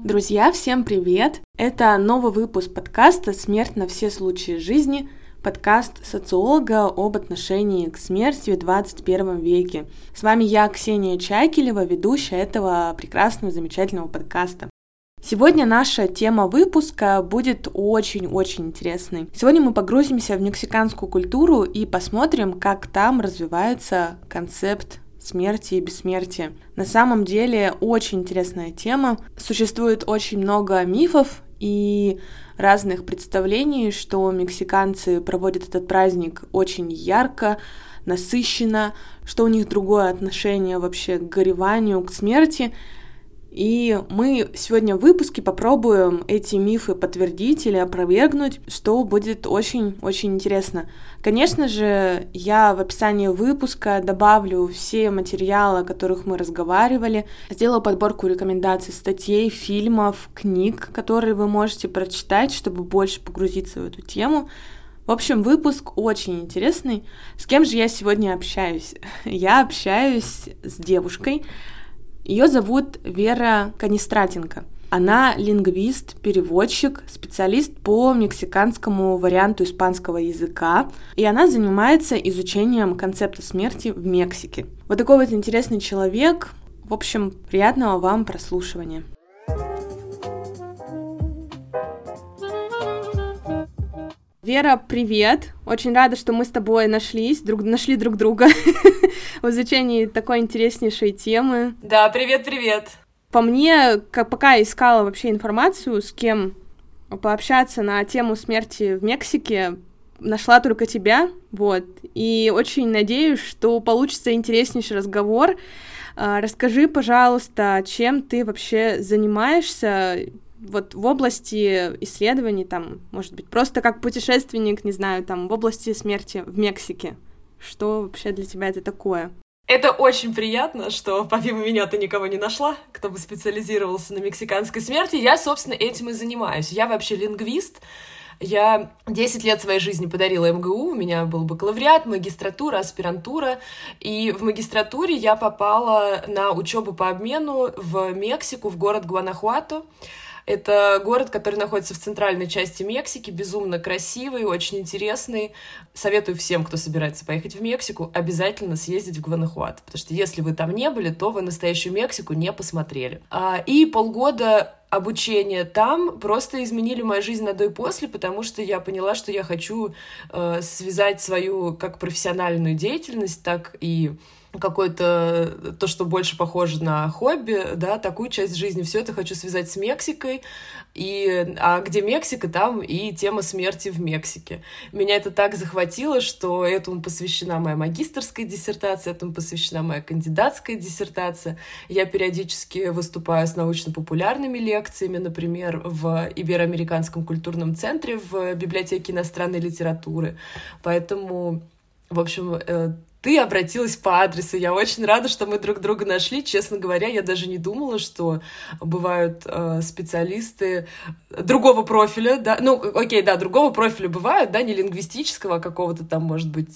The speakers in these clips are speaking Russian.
Друзья, всем привет! Это новый выпуск подкаста «Смерть на все случаи жизни», подкаст социолога об отношении к смерти в 21 веке. С вами я, Ксения Чайкелева, ведущая этого прекрасного, замечательного подкаста. Сегодня наша тема выпуска будет очень-очень интересной. Сегодня мы погрузимся в мексиканскую культуру и посмотрим, как там развивается концепт смерти и бессмертия. На самом деле очень интересная тема. Существует очень много мифов и разных представлений, что мексиканцы проводят этот праздник очень ярко, насыщенно, что у них другое отношение вообще к гореванию, к смерти. И мы сегодня в выпуске попробуем эти мифы подтвердить или опровергнуть, что будет очень-очень интересно. Конечно же, я в описании выпуска добавлю все материалы, о которых мы разговаривали, сделаю подборку рекомендаций статей, фильмов, книг, которые вы можете прочитать, чтобы больше погрузиться в эту тему. В общем, выпуск очень интересный. С кем же я сегодня общаюсь? Я общаюсь с девушкой. Ее зовут Вера Канистратенко. Она лингвист, переводчик, специалист по мексиканскому варианту испанского языка, и она занимается изучением концепта смерти в Мексике. Вот такой вот интересный человек. В общем, приятного вам прослушивания. Вера, привет! Очень рада, что мы с тобой нашли друг друга в изучении такой интереснейшей темы. Да, привет-привет! По мне, пока искала вообще информацию, с кем пообщаться на тему смерти в Мексике, нашла только тебя, вот. И очень надеюсь, что получится интереснейший разговор. Расскажи, пожалуйста, чем ты вообще занимаешься вот в области исследований, там, может быть, просто как путешественник, не знаю, там, в области смерти в Мексике. Что вообще для тебя это такое? Это очень приятно, что помимо меня ты никого не нашла, кто бы специализировался на мексиканской смерти. Я, собственно, этим и занимаюсь. Я вообще лингвист. Я 10 лет своей жизни подарила МГУ, у меня был бакалавриат, магистратура, аспирантура, и в магистратуре я попала на учебу по обмену в Мексику, в город Гуанахуато. Это город, который находится в центральной части Мексики, безумно красивый, очень интересный. Советую всем, кто собирается поехать в Мексику, обязательно съездить в Гуанахуато, потому что если вы там не были, то вы настоящую Мексику не посмотрели. И полгода обучения там просто изменили мою жизнь на до и после, потому что я поняла, что я хочу связать свою как профессиональную деятельность, так и какое-то то, что больше похоже на хобби, да, такую часть жизни, все это хочу связать с Мексикой, а где Мексика, там и тема смерти в Мексике. Меня это так захватило, что этому посвящена моя магистерская диссертация, этому посвящена моя кандидатская диссертация. Я периодически выступаю с научно-популярными лекциями, например, в Ибероамериканском культурном центре, в библиотеке иностранной литературы. Поэтому, в общем, ты обратилась по адресу. Я очень рада, что мы друг друга нашли. Честно говоря, я даже не думала, что бывают специалисты другого профиля, да, другого профиля бывают, да, не лингвистического, а какого-то там, может быть,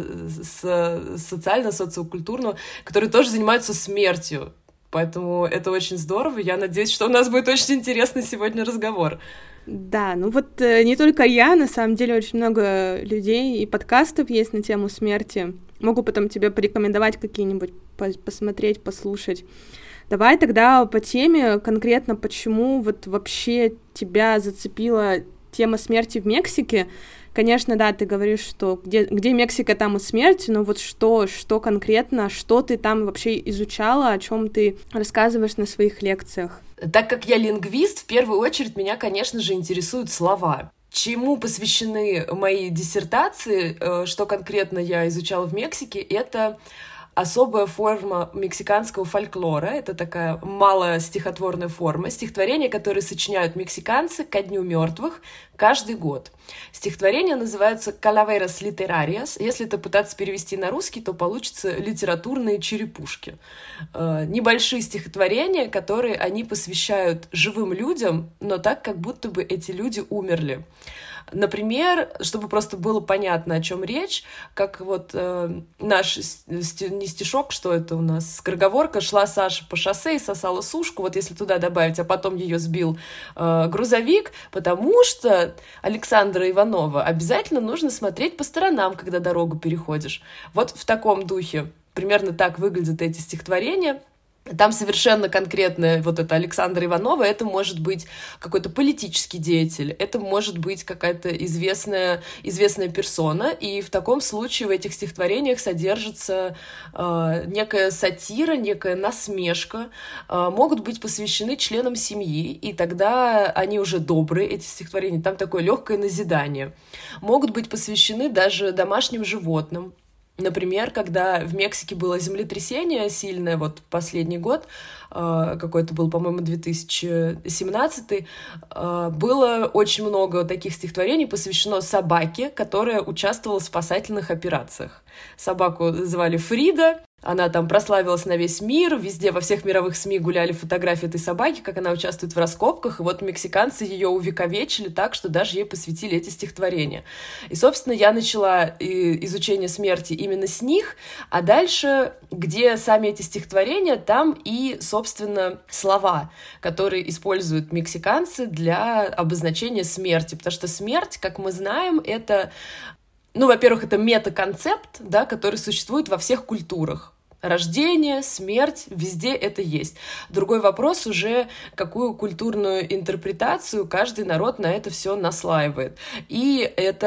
социально-социокультурного, которые тоже занимаются смертью. Поэтому это очень здорово. Я надеюсь, что у нас будет очень интересный сегодня разговор. Да, ну вот не только я, на самом деле очень много людей и подкастов есть на тему смерти. Могу потом тебе порекомендовать какие-нибудь, посмотреть, послушать. Давай тогда по теме конкретно, почему вот вообще тебя зацепила тема смерти в Мексике. Конечно, да, ты говоришь, что где Мексика, там и смерть, но вот что конкретно, что ты там вообще изучала, о чем ты рассказываешь на своих лекциях? Так как я лингвист, в первую очередь меня, конечно же, интересуют слова. Чему посвящены мои диссертации, что конкретно я изучала в Мексике, это особая форма мексиканского фольклора. Это такая малая стихотворная форма. Стихотворения, которые сочиняют мексиканцы ко Дню мертвых каждый год. Стихотворения называются «Calaveras literarias». Если это пытаться перевести на русский, то получится «литературные черепушки». Небольшие стихотворения, которые они посвящают живым людям, но так, как будто бы эти люди умерли. Например, чтобы просто было понятно, о чем речь, как вот наш не стишок, что это у нас, скороговорка: шла Саша по шоссе и сосала сушку, вот если туда добавить, а потом ее сбил грузовик, потому что Александра Иванова обязательно нужно смотреть по сторонам, когда дорогу переходишь. Вот в таком духе примерно так выглядят эти стихотворения. Там совершенно конкретно вот это Александра Иванова, это может быть какой-то политический деятель, это может быть какая-то известная персона, и в таком случае в этих стихотворениях содержится некая сатира, некая насмешка, могут быть посвящены членам семьи, и тогда они уже добрые, эти стихотворения, там такое легкое назидание. Могут быть посвящены даже домашним животным. Например, когда в Мексике было землетрясение сильное, вот последний год, какой-то был, по-моему, 2017, было очень много таких стихотворений, посвящено собаке, которая участвовала в спасательных операциях. Собаку звали Фрида, она там прославилась на весь мир, везде, во всех мировых СМИ гуляли фотографии этой собаки, как она участвует в раскопках, и вот мексиканцы ее увековечили так, что даже ей посвятили эти стихотворения. И, собственно, я начала изучение смерти именно с них, а дальше, где сами эти стихотворения, там и, собственно, слова, которые используют мексиканцы для обозначения смерти, потому что смерть, как мы знаем, это... Ну, во-первых, это метаконцепт, да, который существует во всех культурах. Рождение, смерть, везде это есть. Другой вопрос уже, какую культурную интерпретацию каждый народ на это все наслаивает. И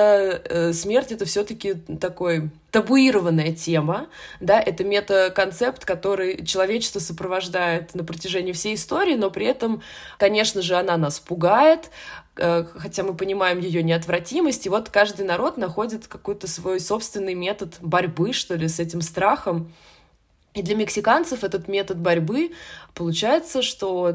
это смерть — это все-таки такой табуированная тема, да, это метаконцепт, который человечество сопровождает на протяжении всей истории, но при этом, конечно же, она нас пугает, хотя мы понимаем ее неотвратимость, и вот каждый народ находит какой-то свой собственный метод борьбы, что ли, с этим страхом. И для мексиканцев этот метод борьбы получается, что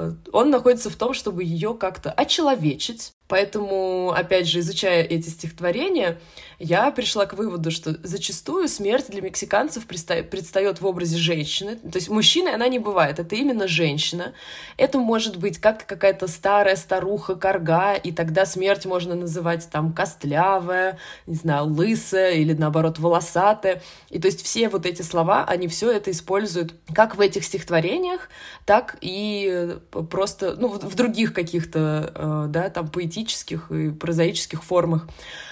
он находится в том, чтобы ее как-то очеловечить. Поэтому, опять же, изучая эти стихотворения, я пришла к выводу, что зачастую смерть для мексиканцев предстает в образе женщины. То есть мужчиной она не бывает, это именно женщина. Это может быть как какая-то старая старуха, карга, и тогда смерть можно называть там костлявая, не знаю, лысая или, наоборот, волосатая. И то есть все вот эти слова, они все это используют как в этих стихотворениях, так и просто, ну, в других каких-то, да, там, поэтических и прозаических формах.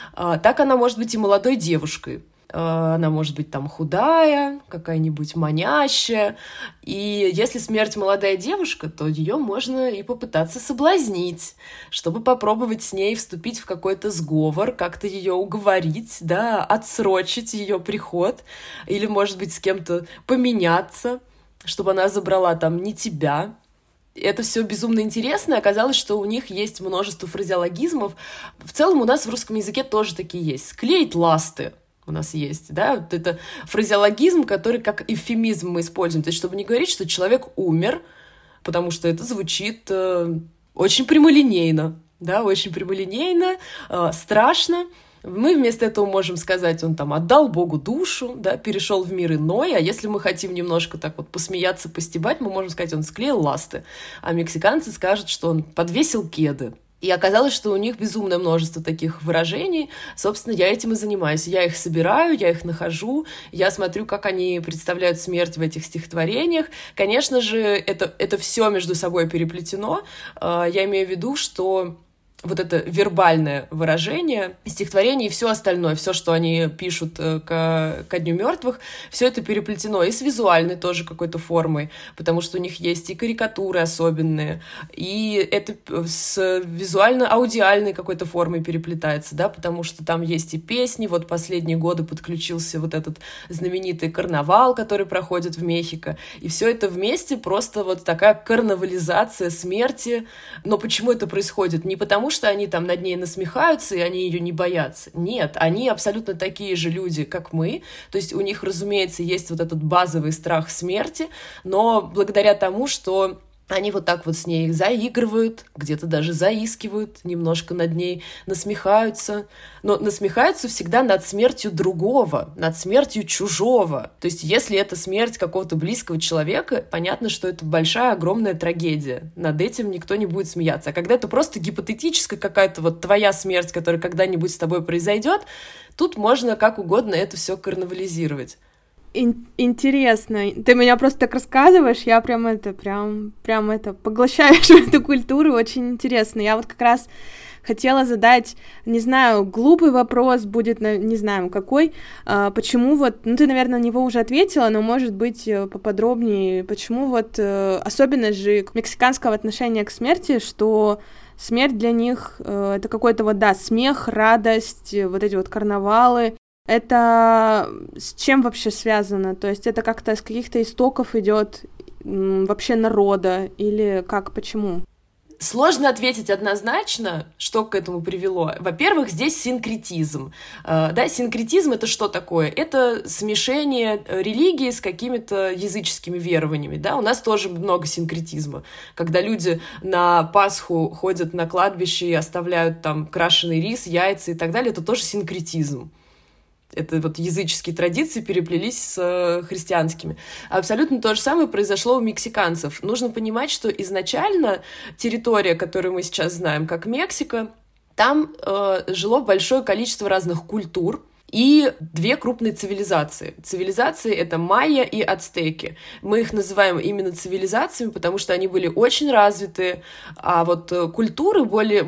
Так она может быть и молодой девушкой. Она может быть там худая, какая-нибудь манящая. И если смерть молодая девушка, то ее можно и попытаться соблазнить, чтобы попробовать с ней вступить в какой-то сговор, как-то ее уговорить, да, отсрочить ее приход, или, может быть, с кем-то поменяться, чтобы она забрала там не тебя. Это все безумно интересно, и оказалось, что у них есть множество фразеологизмов. В целом у нас в русском языке тоже такие есть. Склеить ласты у нас есть, да, вот это фразеологизм, который как эвфемизм мы используем, то есть чтобы не говорить, что человек умер, потому что это звучит очень прямолинейно, да, очень прямолинейно, страшно. Мы вместо этого можем сказать, он там отдал Богу душу, да, перешел в мир иной, а если мы хотим немножко так вот посмеяться, постебать, мы можем сказать, он склеил ласты, а мексиканцы скажут, что он подвесил кеды. И оказалось, что у них безумное множество таких выражений. Собственно, я этим и занимаюсь. Я их собираю, я их нахожу, я смотрю, как они представляют смерть в этих стихотворениях. Конечно же, это все между собой переплетено. Я имею в виду, что вот это вербальное выражение стихотворений и все остальное, все, что они пишут ко Дню мертвых, все это переплетено и с визуальной тоже какой-то формой, потому что у них есть и карикатуры особенные, и это с визуально-аудиальной какой-то формой переплетается, да, потому что там есть и песни, вот последние годы подключился вот этот знаменитый карнавал, который проходит в Мехико, и все это вместе просто вот такая карнавализация смерти. Но почему это происходит? Не потому, что они там над ней насмехаются, и они ее не боятся. Нет, они абсолютно такие же люди, как мы. То есть у них, разумеется, есть вот этот базовый страх смерти, но благодаря тому, что Они вот так вот с ней заигрывают, где-то даже заискивают, немножко над ней насмехаются. Но насмехаются всегда над смертью другого, над смертью чужого. То есть если это смерть какого-то близкого человека, понятно, что это большая, огромная трагедия. Над этим никто не будет смеяться. А когда это просто гипотетическая какая-то вот твоя смерть, которая когда-нибудь с тобой произойдет, тут можно как угодно это все карнавализировать. Интересно. Ты меня просто так рассказываешь, я прям поглощаешь эту культуру, очень интересно. Я вот как раз хотела задать, не знаю, глупый вопрос будет, не знаю, какой, почему вот, ты, наверное, на него уже ответила, но, может быть, поподробнее, почему вот особенность же мексиканского отношения к смерти, что смерть для них это какой-то вот, да, смех, радость, вот эти вот карнавалы. Это с чем вообще связано? То есть это как-то с каких-то истоков идет вообще народа или как, почему? Сложно ответить однозначно, что к этому привело. Во-первых, здесь синкретизм. Да, синкретизм — это что такое? Это смешение религии с какими-то языческими верованиями. Да? У нас тоже много синкретизма. Когда люди на Пасху ходят на кладбище и оставляют там крашеный рис, яйца и так далее, это тоже синкретизм. Это вот языческие традиции переплелись с христианскими. Абсолютно то же самое произошло у мексиканцев. Нужно понимать, что изначально территория, которую мы сейчас знаем как Мексика, там жило большое количество разных культур и две крупные цивилизации. Цивилизации — это майя и ацтеки. Мы их называем именно цивилизациями, потому что они были очень развиты, а вот культуры,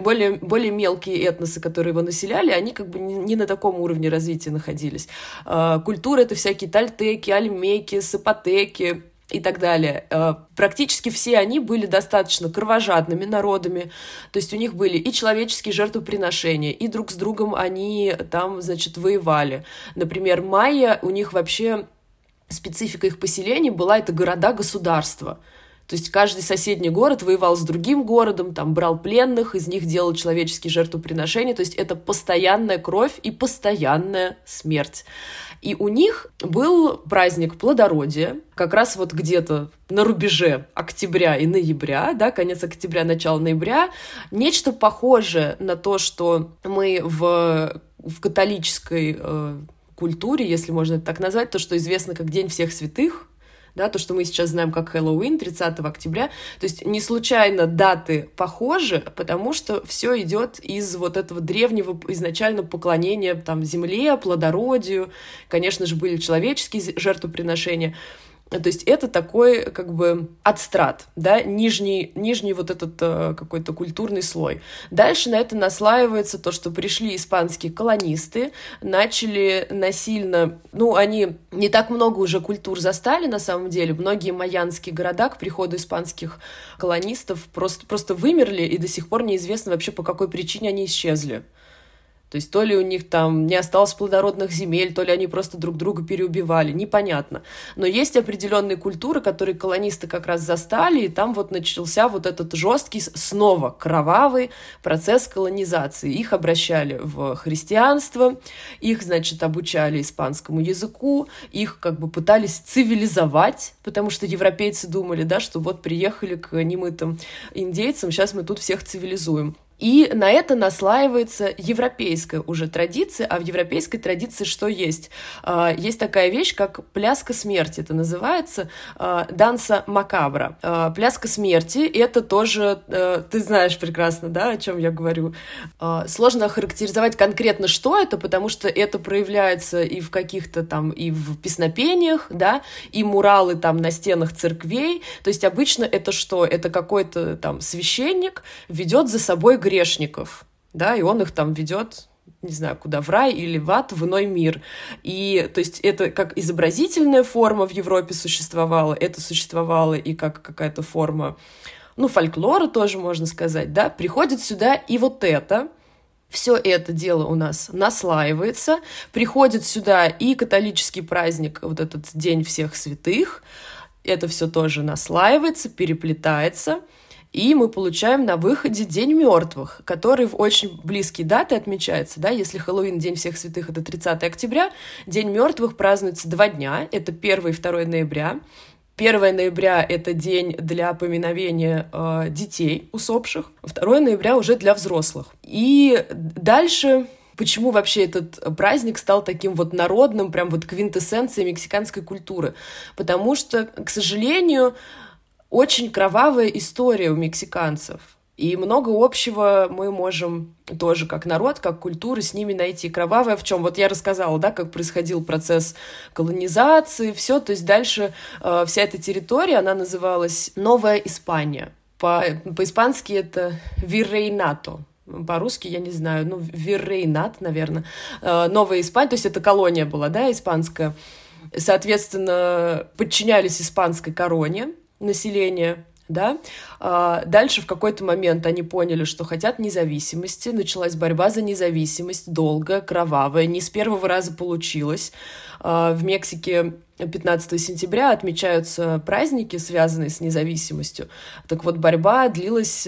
более мелкие этносы, которые его населяли, они как бы не на таком уровне развития находились. Культуры — это всякие тальтеки, альмеки, сапотеки и так далее. Практически все они были достаточно кровожадными народами, то есть у них были и человеческие жертвоприношения, и друг с другом они там, значит, воевали. Например, майя, у них вообще специфика их поселений была это города-государства. То есть каждый соседний город воевал с другим городом, там брал пленных, из них делал человеческие жертвоприношения, то есть это постоянная кровь и постоянная смерть. И у них был праздник плодородия, как раз вот где-то на рубеже октября и ноября, да, конец октября, начало ноября, нечто похожее на то, что мы в католической культуре, если можно это так назвать, то, что известно как День всех святых, да, то, что мы сейчас знаем как Хэллоуин, 30 октября. То есть не случайно даты похожи, потому что все идет из вот этого древнего изначально поклонения там, земле, плодородию. Конечно же, были человеческие жертвоприношения. То есть это такой как бы адстрат, да, нижний вот этот какой-то культурный слой. Дальше на это наслаивается то, что пришли испанские колонисты, начали насильно, они не так много уже культур застали на самом деле, многие майянские города к приходу испанских колонистов просто вымерли, и до сих пор неизвестно вообще, по какой причине они исчезли. То есть то ли у них там не осталось плодородных земель, то ли они просто друг друга переубивали, непонятно. Но есть определенные культуры, которые колонисты как раз застали, и там вот начался вот этот жесткий, снова кровавый процесс колонизации. Их обращали в христианство, их, значит, обучали испанскому языку, их как бы пытались цивилизовать, потому что европейцы думали, да, что вот приехали к немытым индейцам, сейчас мы тут всех цивилизуем. И на это наслаивается европейская уже традиция, а в европейской традиции что есть? Есть такая вещь, как пляска смерти, это называется данса макабра. Пляска смерти — это тоже, ты знаешь прекрасно, да, о чем я говорю. Сложно охарактеризовать конкретно, что это, потому что это проявляется и в каких-то там, и в песнопениях, да, и муралы там на стенах церквей. То есть обычно это что? Это какой-то там священник ведет за собой грешников, да, и он их там ведет, не знаю, куда, в рай или в ад, в иной мир. И, то есть, это как изобразительная форма в Европе существовала, это существовало и как какая-то форма, фольклора тоже, можно сказать, да, приходит сюда и вот это, все это дело у нас наслаивается, приходит сюда и католический праздник, вот этот День всех святых, это все тоже наслаивается, переплетается, и мы получаем на выходе День мертвых, который в очень близкие даты отмечается. Да? Если Хэллоуин, День всех святых, это 30 октября, День мертвых празднуется 2 дня, это 1 и 2 ноября. 1 ноября — это день для поминовения детей усопших, 2 ноября уже для взрослых. И дальше... Почему вообще этот праздник стал таким вот народным, прям вот квинтэссенцией мексиканской культуры? Потому что, к сожалению, очень кровавая история у мексиканцев. И много общего мы можем тоже как народ, как культура с ними найти. Кровавая в чем? Вот я рассказала, да, как происходил процесс колонизации, все. То есть дальше вся эта территория, она называлась Новая Испания. По-испански это Виррейнато. По-русски, я не знаю, Виррейнат, наверное. Новая Испания, то есть это колония была, да, испанская. Соответственно, подчинялись испанской короне население, да. Дальше в какой-то момент они поняли, что хотят независимости. Началась борьба за независимость, долгая, кровавая. Не с первого раза получилось. В Мексике 15 сентября отмечаются праздники, связанные с независимостью. Так вот, борьба длилась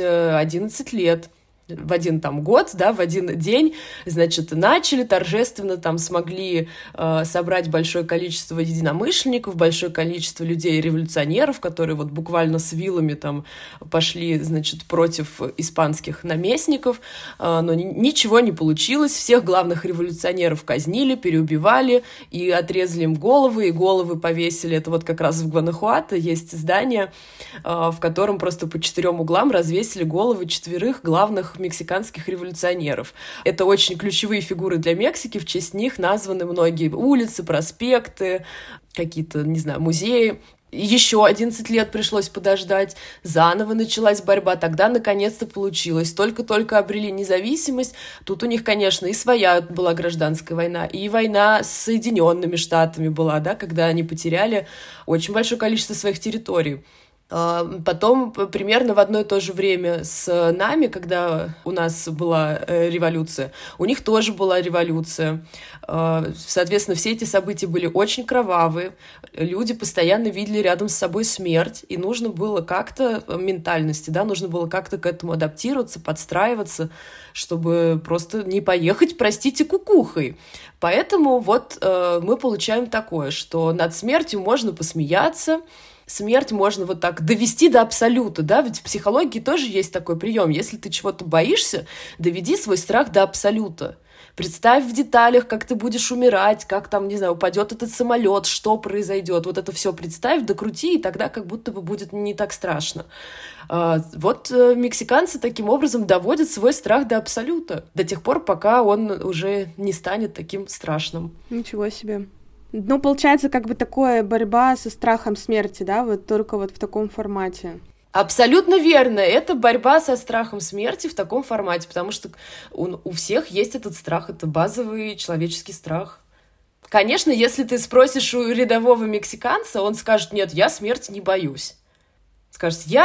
11 лет. В один там год, да, в один день, значит, начали торжественно, там смогли собрать большое количество единомышленников, большое количество людей-революционеров, которые вот буквально с вилами там пошли, значит, против испанских наместников, но ничего не получилось, всех главных революционеров казнили, переубивали и отрезали им головы, и головы повесили. Это вот как раз в Гванахуато есть здание, в котором просто по 4 углам развесили головы 4 главных мексиканских революционеров. Это очень ключевые фигуры для Мексики, в честь них названы многие улицы, проспекты, какие-то, не знаю, музеи. Еще 11 лет пришлось подождать, заново началась борьба, тогда наконец-то получилось. Только-только обрели независимость, тут у них, конечно, и своя была гражданская война, и война с Соединенными Штатами была, да, когда они потеряли очень большое количество своих территорий. Потом примерно в одно и то же время с нами, когда у нас была революция, у них тоже была революция. Соответственно, все эти события были очень кровавые. Люди постоянно видели рядом с собой смерть, и нужно было как-то ментальности, да, нужно было как-то к этому адаптироваться, подстраиваться, чтобы просто не поехать, простите, кукухой. Поэтому вот мы получаем такое, что над смертью можно посмеяться, смерть можно вот так довести до абсолюта, да, ведь в психологии тоже есть такой прием. Если ты чего-то боишься, доведи свой страх до абсолюта. Представь в деталях, как ты будешь умирать, как там, не знаю, упадет этот самолет, что произойдет. Вот это все представь, докрути, и тогда как будто бы будет не так страшно. Вот мексиканцы таким образом доводят свой страх до абсолюта, до тех пор, пока он уже не станет таким страшным. Ничего себе. Ну, получается, как бы такая борьба со страхом смерти, да, вот только вот в таком формате. Абсолютно верно. Это борьба со страхом смерти в таком формате, потому что у всех есть этот страх, это базовый человеческий страх. Конечно, если ты спросишь у рядового мексиканца, он скажет: нет, я смерти не боюсь. Скажет: я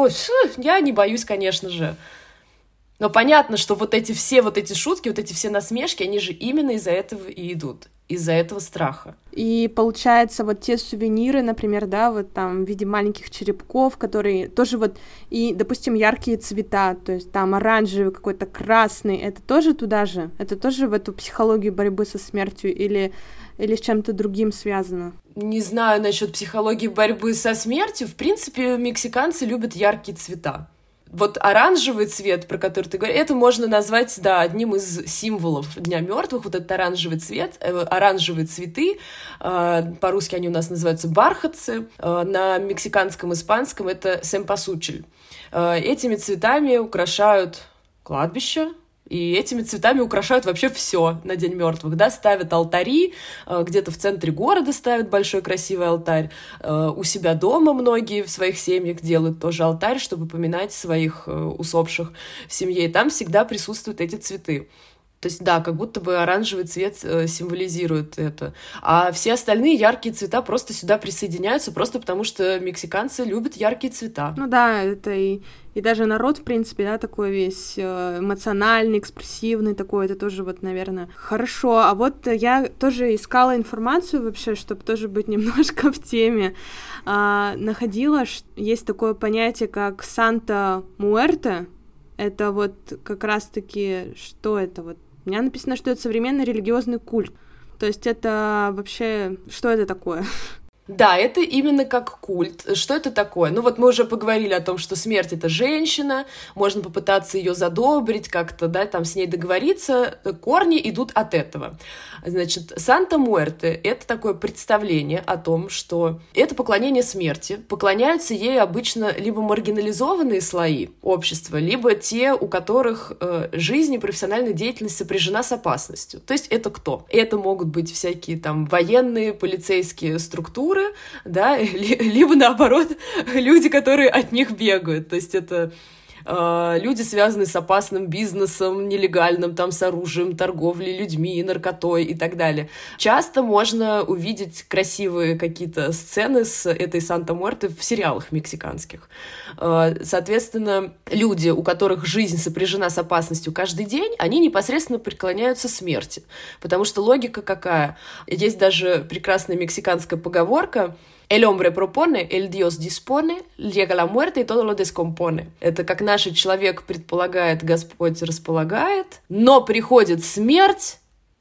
не боюсь, конечно же. Но понятно, что вот эти шутки, вот эти все насмешки, они же именно из-за этого и идут, из-за этого страха. И получается, вот те сувениры, например, да, вот там в виде маленьких черепков, которые тоже вот, и, допустим, яркие цвета, то есть там оранжевый, какой-то красный, это тоже туда же? Это тоже в эту психологию борьбы со смертью или с чем-то другим связано? Не знаю насчет психологии борьбы со смертью. В принципе, мексиканцы любят яркие цвета. Вот оранжевый цвет, про который ты говоришь, это можно назвать, да, одним из символов Дня мертвых. Вот этот оранжевый цвет, оранжевые цветы, по-русски они у нас называются бархатцы, на мексиканском, испанском это семпасучель. Этими цветами украшают кладбище, и этими цветами украшают вообще все на День мертвых, да, ставят алтари, где-то в центре города ставят большой красивый алтарь, у себя дома многие в своих семьях делают тоже алтарь, чтобы поминать своих усопших в семье, и там всегда присутствуют эти цветы. То есть, да, как будто бы оранжевый цвет символизирует это. А все остальные яркие цвета просто сюда присоединяются, просто потому что мексиканцы любят яркие цвета. Ну да, это и даже народ, в принципе, да, такой весь эмоциональный, экспрессивный такой, это тоже вот, наверное, хорошо. А вот я тоже искала информацию вообще, чтобы тоже быть немножко в теме. Находила, есть такое понятие, как Санта-Муэрте. Это вот как раз-таки, что это вот? У меня написано, что это современный религиозный культ. То есть это вообще... Что это такое? Да, это именно как культ. Что это такое? Ну вот мы уже поговорили о том, что смерть — это женщина, можно попытаться ее задобрить, как-то, да, там с ней договориться. Корни идут от этого. Значит, Санта-Муэрте — это такое представление о том, что это поклонение смерти. Поклоняются ей обычно либо маргинализованные слои общества, либо те, у которых жизнь и профессиональная деятельность сопряжена с опасностью. То есть это кто? Это могут быть всякие там военные, полицейские структуры, да, либо наоборот люди, которые от них бегают. То есть это люди, связанные с опасным бизнесом, нелегальным, там, с оружием, торговлей людьми, наркотой и так далее. Часто можно увидеть красивые какие-то сцены с этой Санта-Муэрте в сериалах мексиканских. Соответственно, люди, у которых жизнь сопряжена с опасностью каждый день, они непосредственно преклоняются смерти. Потому что логика какая? Есть даже прекрасная мексиканская поговорка: «El hombre propone, el Dios dispone, llega la muerte y todo lo descompone». Это как наш человек предполагает, Господь располагает, но приходит смерть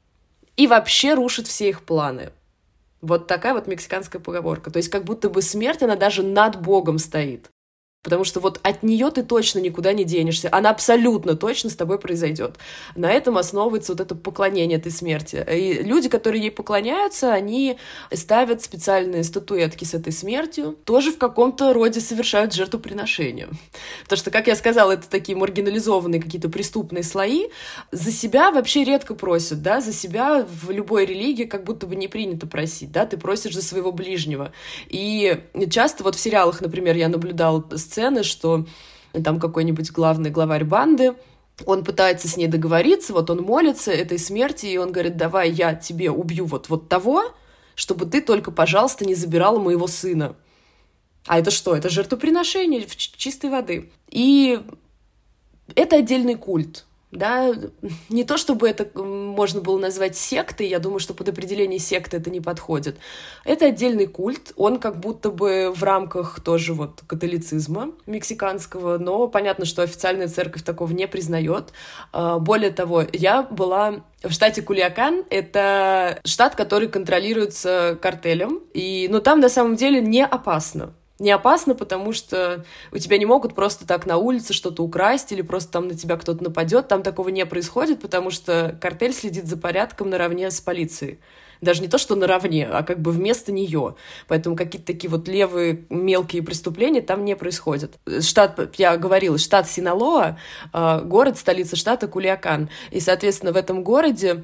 и вообще рушит все их планы. Вот такая вот мексиканская поговорка. То есть как будто бы смерть, она даже над Богом стоит. Потому что вот от нее ты точно никуда не денешься. Она абсолютно точно с тобой произойдет. На этом основывается вот это поклонение этой смерти. И люди, которые ей поклоняются, они ставят специальные статуэтки с этой смертью, тоже в каком-то роде совершают жертвоприношение. Потому что, как я сказала, это такие маргинализованные какие-то преступные слои. За себя вообще редко просят, да, за себя в любой религии как будто бы не принято просить, да, ты просишь за своего ближнего. И часто вот в сериалах, например, я наблюдала сцены, что там какой-нибудь главарь банды, он пытается с ней договориться, вот он молится этой смерти, и он говорит: давай я тебе убью вот того, чтобы ты только, пожалуйста, не забирала моего сына. А это что? Это жертвоприношение чистой воды. И это отдельный культ. Да, не то чтобы это можно было назвать сектой, я думаю, что под определение секты это не подходит. Это отдельный культ, он как будто бы в рамках тоже вот католицизма мексиканского, но понятно, что официальная церковь такого не признает. Более того, я была в штате Кульякан, это штат, который контролируется картелем, но там на самом деле не опасно. Не опасно, потому что у тебя не могут просто так на улице что-то украсть или просто там на тебя кто-то нападет. Там такого не происходит, потому что картель следит за порядком наравне с полицией. Даже не то, что наравне, а как бы вместо нее. Поэтому какие-то такие вот левые мелкие преступления там не происходят. Штат, я говорила, штат Синалоа, город, столица штата Кульякан. И, соответственно, в этом городе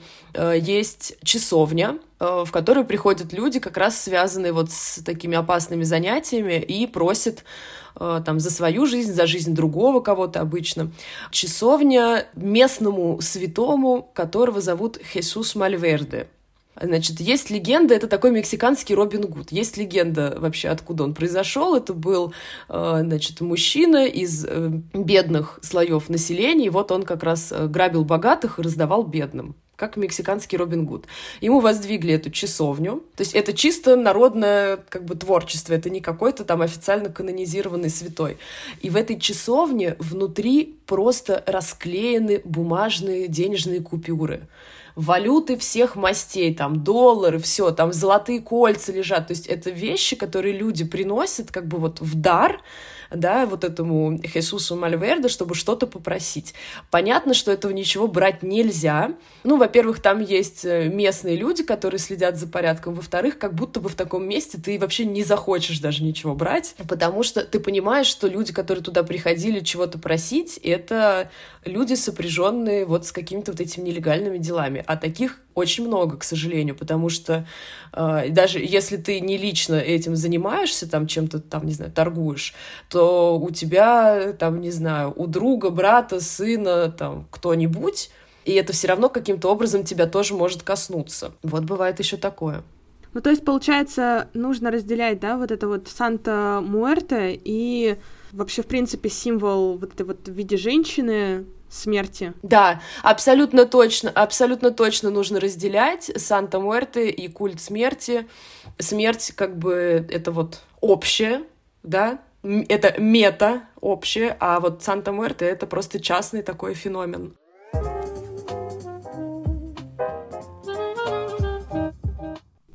есть часовня, в которую приходят люди, как раз связанные вот с такими опасными занятиями, и просят там за свою жизнь, за жизнь другого кого-то обычно. Часовня местному святому, которого зовут Хесус Мальверде. Значит, есть легенда, это такой мексиканский Робин Гуд. Есть легенда вообще, откуда он произошел. Это был, значит, мужчина из бедных слоев населения, и вот он как раз грабил богатых и раздавал бедным, как мексиканский Робин Гуд. Ему воздвигли эту часовню. То есть это чисто народное как бы творчество, это не какой-то там официально канонизированный святой. И в этой часовне внутри просто расклеены бумажные денежные купюры. Валюты всех мастей, там доллары, все, там золотые кольца лежат. То есть это вещи, которые люди приносят как бы вот в дар, да, вот этому Хесусу Мальверде, чтобы что-то попросить. Понятно, что этого ничего брать нельзя. Ну, во-первых, там есть местные люди, которые следят за порядком. Во-вторых, как будто бы в таком месте ты вообще не захочешь даже ничего брать, потому что ты понимаешь, что люди, которые туда приходили чего-то просить, это люди, сопряженные вот с какими-то вот этими нелегальными делами. А таких очень много, к сожалению, потому что даже если ты не лично этим занимаешься, там чем-то, там, не знаю, торгуешь, то у тебя, там, не знаю, у друга, брата, сына, там, кто-нибудь, и это все равно каким-то образом тебя тоже может коснуться. Вот бывает еще такое. Ну, то есть, получается, нужно разделять, да, вот это вот Санта-Муэрте и вообще, в принципе, символ вот этой вот в виде женщины, смерти. Да, абсолютно точно нужно разделять Санта-Муэрте и культ смерти. Смерть, как бы, это вот общее, да, это мета общее, а вот Санта-Муэрте — это просто частный такой феномен.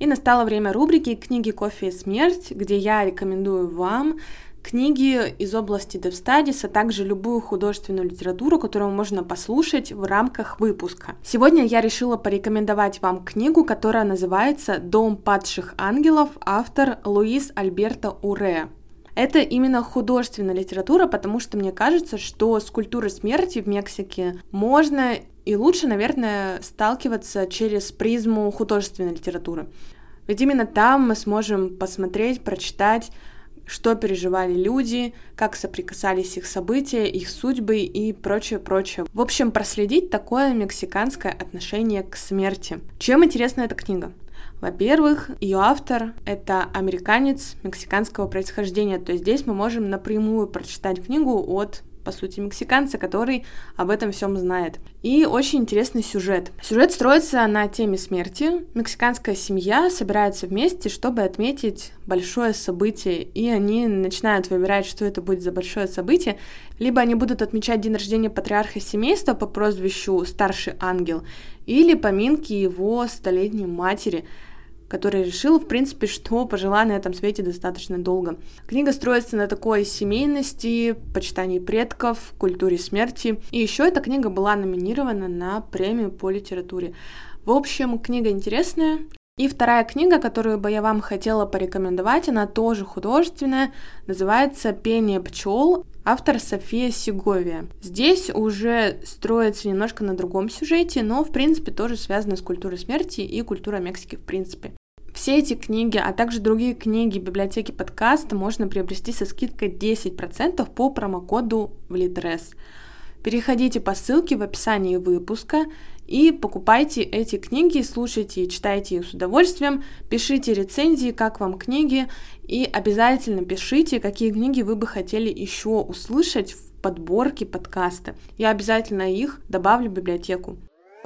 И настало время рубрики «Книги, кофе и смерть», где я рекомендую вам книги из области DevStudies, а также любую художественную литературу, которую можно послушать в рамках выпуска. Сегодня я решила порекомендовать вам книгу, которая называется «Дом падших ангелов», автор Луис Альберто Урреа. Это именно художественная литература, потому что мне кажется, что с культурой смерти в Мексике можно и лучше, наверное, сталкиваться через призму художественной литературы. Ведь именно там мы сможем посмотреть, прочитать, что переживали люди, как соприкасались их события, их судьбы и прочее. В общем, проследить такое мексиканское отношение к смерти. Чем интересна эта книга? Во-первых, ее автор — это американец мексиканского происхождения, то есть здесь мы можем напрямую прочитать книгу от, по сути, мексиканца, который об этом всем знает. И очень интересный сюжет. Сюжет строится на теме смерти. Мексиканская семья собирается вместе, чтобы отметить большое событие, и они начинают выбирать, что это будет за большое событие. Либо они будут отмечать день рождения патриарха семейства по прозвищу Старший Ангел, или поминки его 100-летней матери, который решил, в принципе, что пожила на этом свете достаточно долго. Книга строится на такой семейности, почитании предков, культуре смерти. И еще эта книга была номинирована на премию по литературе. В общем, книга интересная. И вторая книга, которую бы я вам хотела порекомендовать, она тоже художественная, называется «Пение пчел», автор София Сеговия. Здесь уже строится немножко на другом сюжете, но, в принципе, тоже связано с культурой смерти и культурой Мексики в принципе. Все эти книги, а также другие книги библиотеки подкаста можно приобрести со скидкой 10% по промокоду ВЛИТРЕС. Переходите по ссылке в описании выпуска и покупайте эти книги, слушайте и читайте их с удовольствием, пишите рецензии, как вам книги, и обязательно пишите, какие книги вы бы хотели еще услышать в подборке подкаста. Я обязательно их добавлю в библиотеку.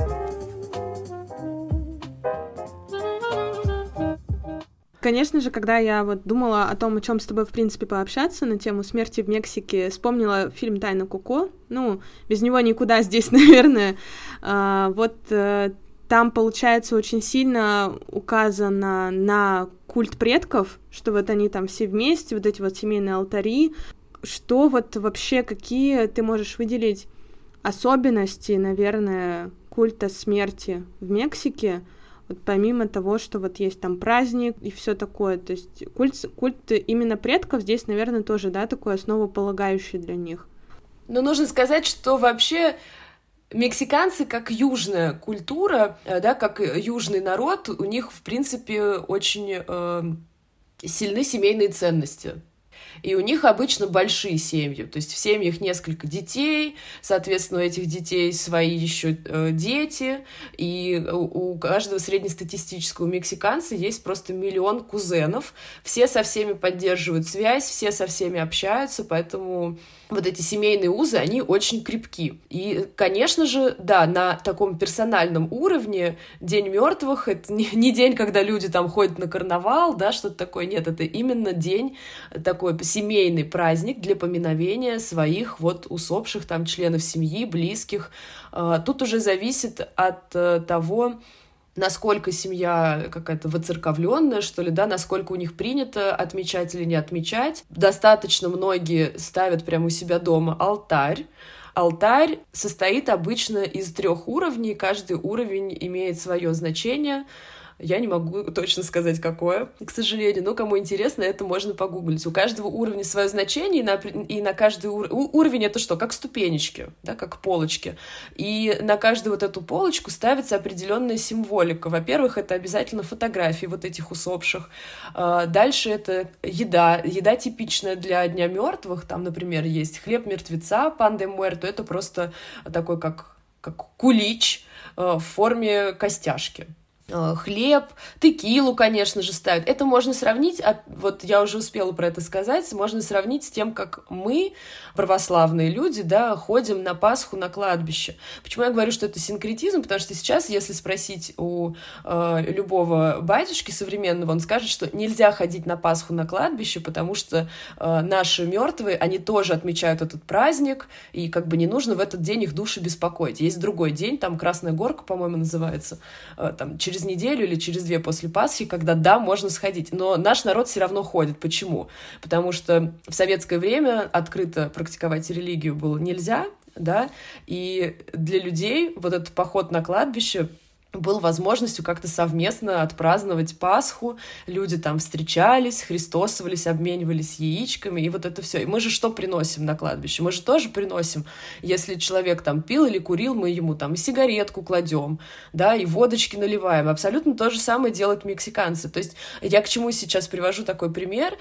Конечно же, когда я думала о том, о чем с тобой, в принципе, пообщаться на тему смерти в Мексике, вспомнила фильм «Тайна Коко». Без него никуда здесь, наверное. Там, получается, очень сильно указано на культ предков, что они там все вместе, эти семейные алтари. Что вообще, какие ты можешь выделить особенности, наверное, культа смерти в Мексике? Помимо того, что есть там праздник и все такое, то есть культ именно предков здесь, наверное, тоже, такой основополагающий для них. Но нужно сказать, что вообще мексиканцы, как южная культура, как южный народ, у них, в принципе, очень сильны семейные ценности. И у них обычно большие семьи, то есть в семьях несколько детей, соответственно, у этих детей свои еще дети, и у каждого среднестатистического мексиканца есть просто миллион кузенов, все со всеми поддерживают связь, все со всеми общаются, поэтому эти семейные узы, они очень крепки. И, конечно же, на таком персональном уровне День мертвых — это не день, когда люди там ходят на карнавал, что-то такое, нет, это именно день такой семейный праздник для поминовения своих усопших там членов семьи, близких. Тут уже зависит от того, насколько семья какая-то воцерковленная, что ли, насколько у них принято отмечать или не отмечать. Достаточно многие ставят прямо у себя дома алтарь. Алтарь состоит обычно из 3 уровней, каждый уровень имеет свое значение. Я не могу точно сказать, какое, к сожалению, но кому интересно, это можно погуглить. У каждого уровня свое значение, и на каждый уровень это что? Как ступенечки, как полочки. И на каждую эту полочку ставится определенная символика. Во-первых, это обязательно фотографии этих усопших. Дальше это еда типичная для Дня мертвых. Там, например, есть хлеб мертвеца, пан де муэрто. Это просто такой, как кулич в форме костяшки. Хлеб, текилу, конечно же, ставят. Это можно сравнить, я уже успела про это сказать, можно сравнить с тем, как мы, православные люди, ходим на Пасху на кладбище. Почему я говорю, что это синкретизм? Потому что сейчас, если спросить у любого батюшки современного, он скажет, что нельзя ходить на Пасху на кладбище, потому что наши мертвые, они тоже отмечают этот праздник, и не нужно в этот день их души беспокоить. Есть другой день, там Красная Горка, по-моему, называется, там через через неделю или через 2 после Пасхи, когда, да, можно сходить. Но наш народ все равно ходит. Почему? Потому что в советское время открыто практиковать религию было нельзя, да, и для людей вот этот поход на кладбище был возможностью как-то совместно отпраздновать Пасху. Люди там встречались, христосовались, обменивались яичками, и вот это все. И мы же что приносим на кладбище? Мы же тоже приносим, если человек там пил или курил, мы ему там и сигаретку кладем, да, и водочки наливаем. Абсолютно то же самое делают мексиканцы. То есть я к чему сейчас привожу такой пример,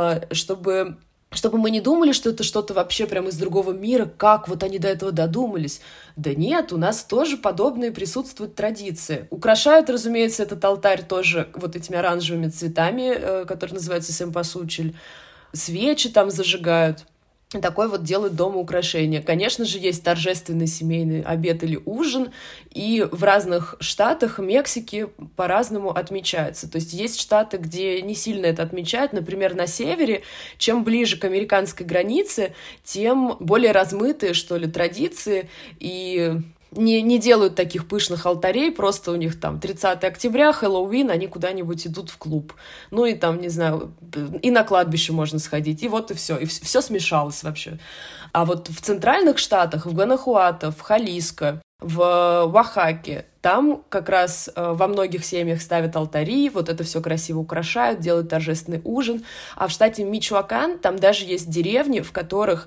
чтобы мы не думали, что это что-то вообще прямо из другого мира, как вот они до этого додумались. Да нет, у нас тоже подобные присутствуют традиции. Украшают, разумеется, этот алтарь тоже вот этими оранжевыми цветами, которые называются семпасучель. Свечи там зажигают. Такое вот делают дома украшения. Конечно же, есть торжественный семейный обед или ужин, и в разных штатах Мексики по-разному отмечается. То есть есть штаты, где не сильно это отмечают. Например, на севере, чем ближе к американской границе, тем более размытые, что ли, традиции, и не делают таких пышных алтарей, просто у них там 30 октября, Хэллоуин, они куда-нибудь идут в клуб. Ну и там, не знаю, и на кладбище можно сходить, и вот и все смешалось вообще. А вот в центральных штатах, в Гуанахуато, в Халиско, в Оахаке, там как раз во многих семьях ставят алтари, вот это все красиво украшают, делают торжественный ужин. А в штате Мичуакан там даже есть деревни, в которых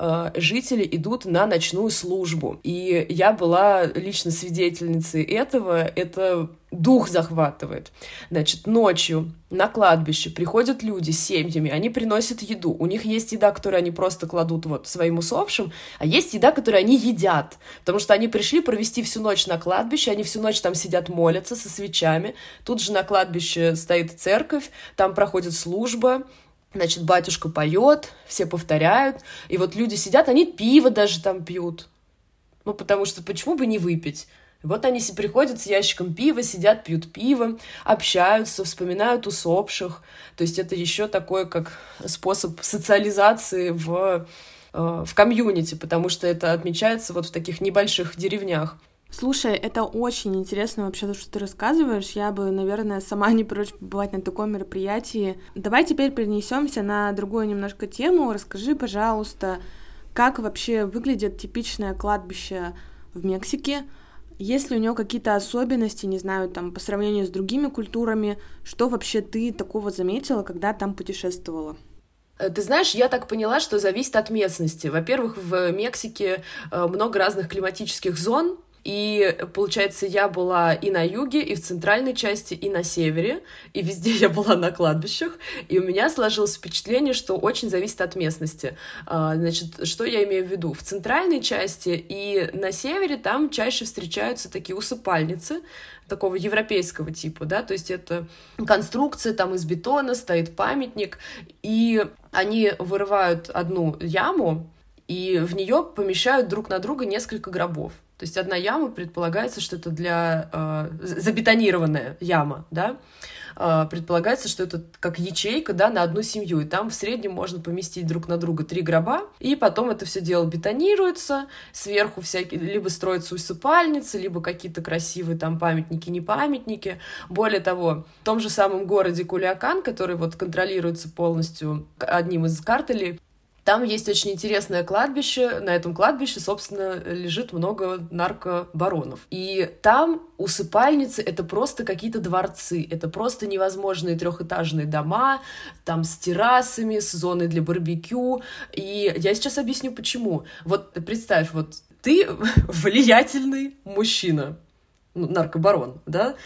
жители идут на ночную службу. И я была лично свидетельницей этого. Это дух захватывает. Значит, ночью на кладбище приходят люди с семьями, они приносят еду. У них есть еда, которую они просто кладут вот своим усопшим, а есть еда, которую они едят. Потому что они пришли провести всю ночь на кладбище, они всю ночь там сидят, молятся со свечами. Тут же на кладбище стоит церковь, там проходит служба. Значит, батюшка поет, все повторяют. И вот люди сидят, они пиво даже там пьют. Ну, потому что почему бы не выпить? Вот они приходят с ящиком пива, сидят, пьют пиво, общаются, вспоминают усопших. То есть это еще такой как способ социализации в комьюнити, потому что это отмечается вот в таких небольших деревнях. Слушай, это очень интересно вообще то, что ты рассказываешь. Я бы, наверное, сама не прочь побывать на таком мероприятии. Давай теперь перенесемся на другую немножко тему. Расскажи, пожалуйста, как вообще выглядит типичное кладбище в Мексике? Есть ли у него какие-то особенности, не знаю, там, по сравнению с другими культурами? Что вообще ты такого заметила, когда там путешествовала? Ты знаешь, я так поняла, что зависит от местности. Во-первых, в Мексике много разных климатических зон, и, получается, я была и на юге, и в центральной части, и на севере, и везде я была на кладбищах, и у меня сложилось впечатление, что очень зависит от местности. Значит, что я имею в виду? В центральной части и на севере там чаще встречаются такие усыпальницы, такого европейского типа, да, то есть это конструкция, там из бетона стоит памятник, и они вырывают одну яму, и в нее помещают друг на друга несколько гробов. То есть одна яма, предполагается, что это забетонированная яма, да, предполагается, что это как ячейка, да, на одну семью, и там в среднем можно поместить друг на друга 3 гроба, и потом это все дело бетонируется, сверху всякие, либо строятся усыпальницы, либо какие-то красивые там памятники, не памятники. Более того, в том же самом городе Кульякан, который вот контролируется полностью одним из картелей, там есть очень интересное кладбище. На этом кладбище, собственно, лежит много наркобаронов. И там усыпальницы — это просто какие-то дворцы. Это просто невозможные 3-этажные дома, там с террасами, с зоной для барбекю. И я сейчас объясню, почему. Вот представь, вот ты влиятельный мужчина, наркобарон, да,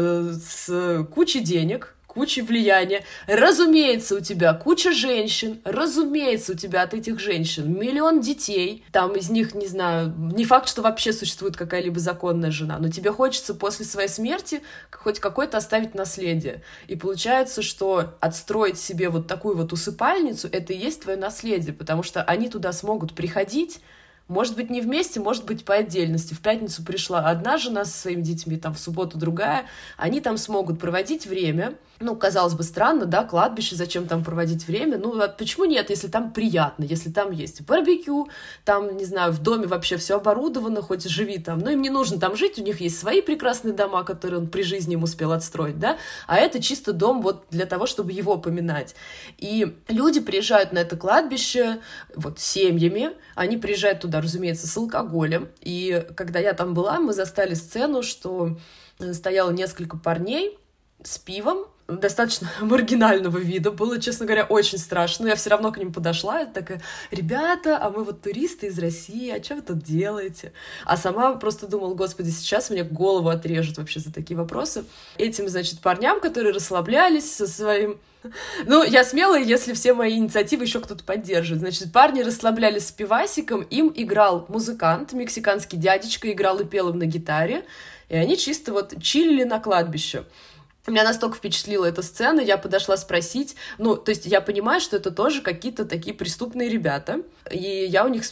с кучей денег, куча влияния. Разумеется, у тебя куча женщин, разумеется, у тебя от этих женщин 1 миллион детей, там из них, не знаю, не факт, что вообще существует какая-либо законная жена, но тебе хочется после своей смерти хоть какое-то оставить наследие. И получается, что отстроить себе вот такую вот усыпальницу — это и есть твое наследие, потому что они туда смогут приходить, Может быть, не вместе, может быть, по отдельности. В пятницу пришла одна жена со своими детьми, там в субботу другая. Они там смогут проводить время. Ну, казалось бы, странно, да, кладбище, зачем там проводить время? Ну, а почему нет, если там приятно, если там есть барбекю, там, не знаю, в доме вообще все оборудовано, хоть живи там. Но им не нужно там жить, у них есть свои прекрасные дома, которые он при жизни им успел отстроить, да, а это чисто дом вот для того, чтобы его поминать. И люди приезжают на это кладбище вот семьями, они приезжают туда, разумеется, с алкоголем. И когда я там была, мы застали сцену, что стояло несколько парней с пивом, достаточно маргинального вида. Было, честно говоря, очень страшно. Но я все равно к ним подошла и такая: ребята, а мы вот туристы из России, а что вы тут делаете? А сама просто думала: господи, сейчас мне голову отрежут вообще за такие вопросы. Этим, значит, парням, которые расслаблялись со своим... Ну, я смелая, если все мои инициативы еще кто-то поддерживает. Значит, парни расслаблялись с пивасиком, им играл музыкант, мексиканский дядечка, играл и пел им на гитаре, и они чисто вот чилили на кладбище. Меня настолько впечатлила эта сцена, я подошла спросить, ну, то есть я понимаю, что это тоже какие-то такие преступные ребята, и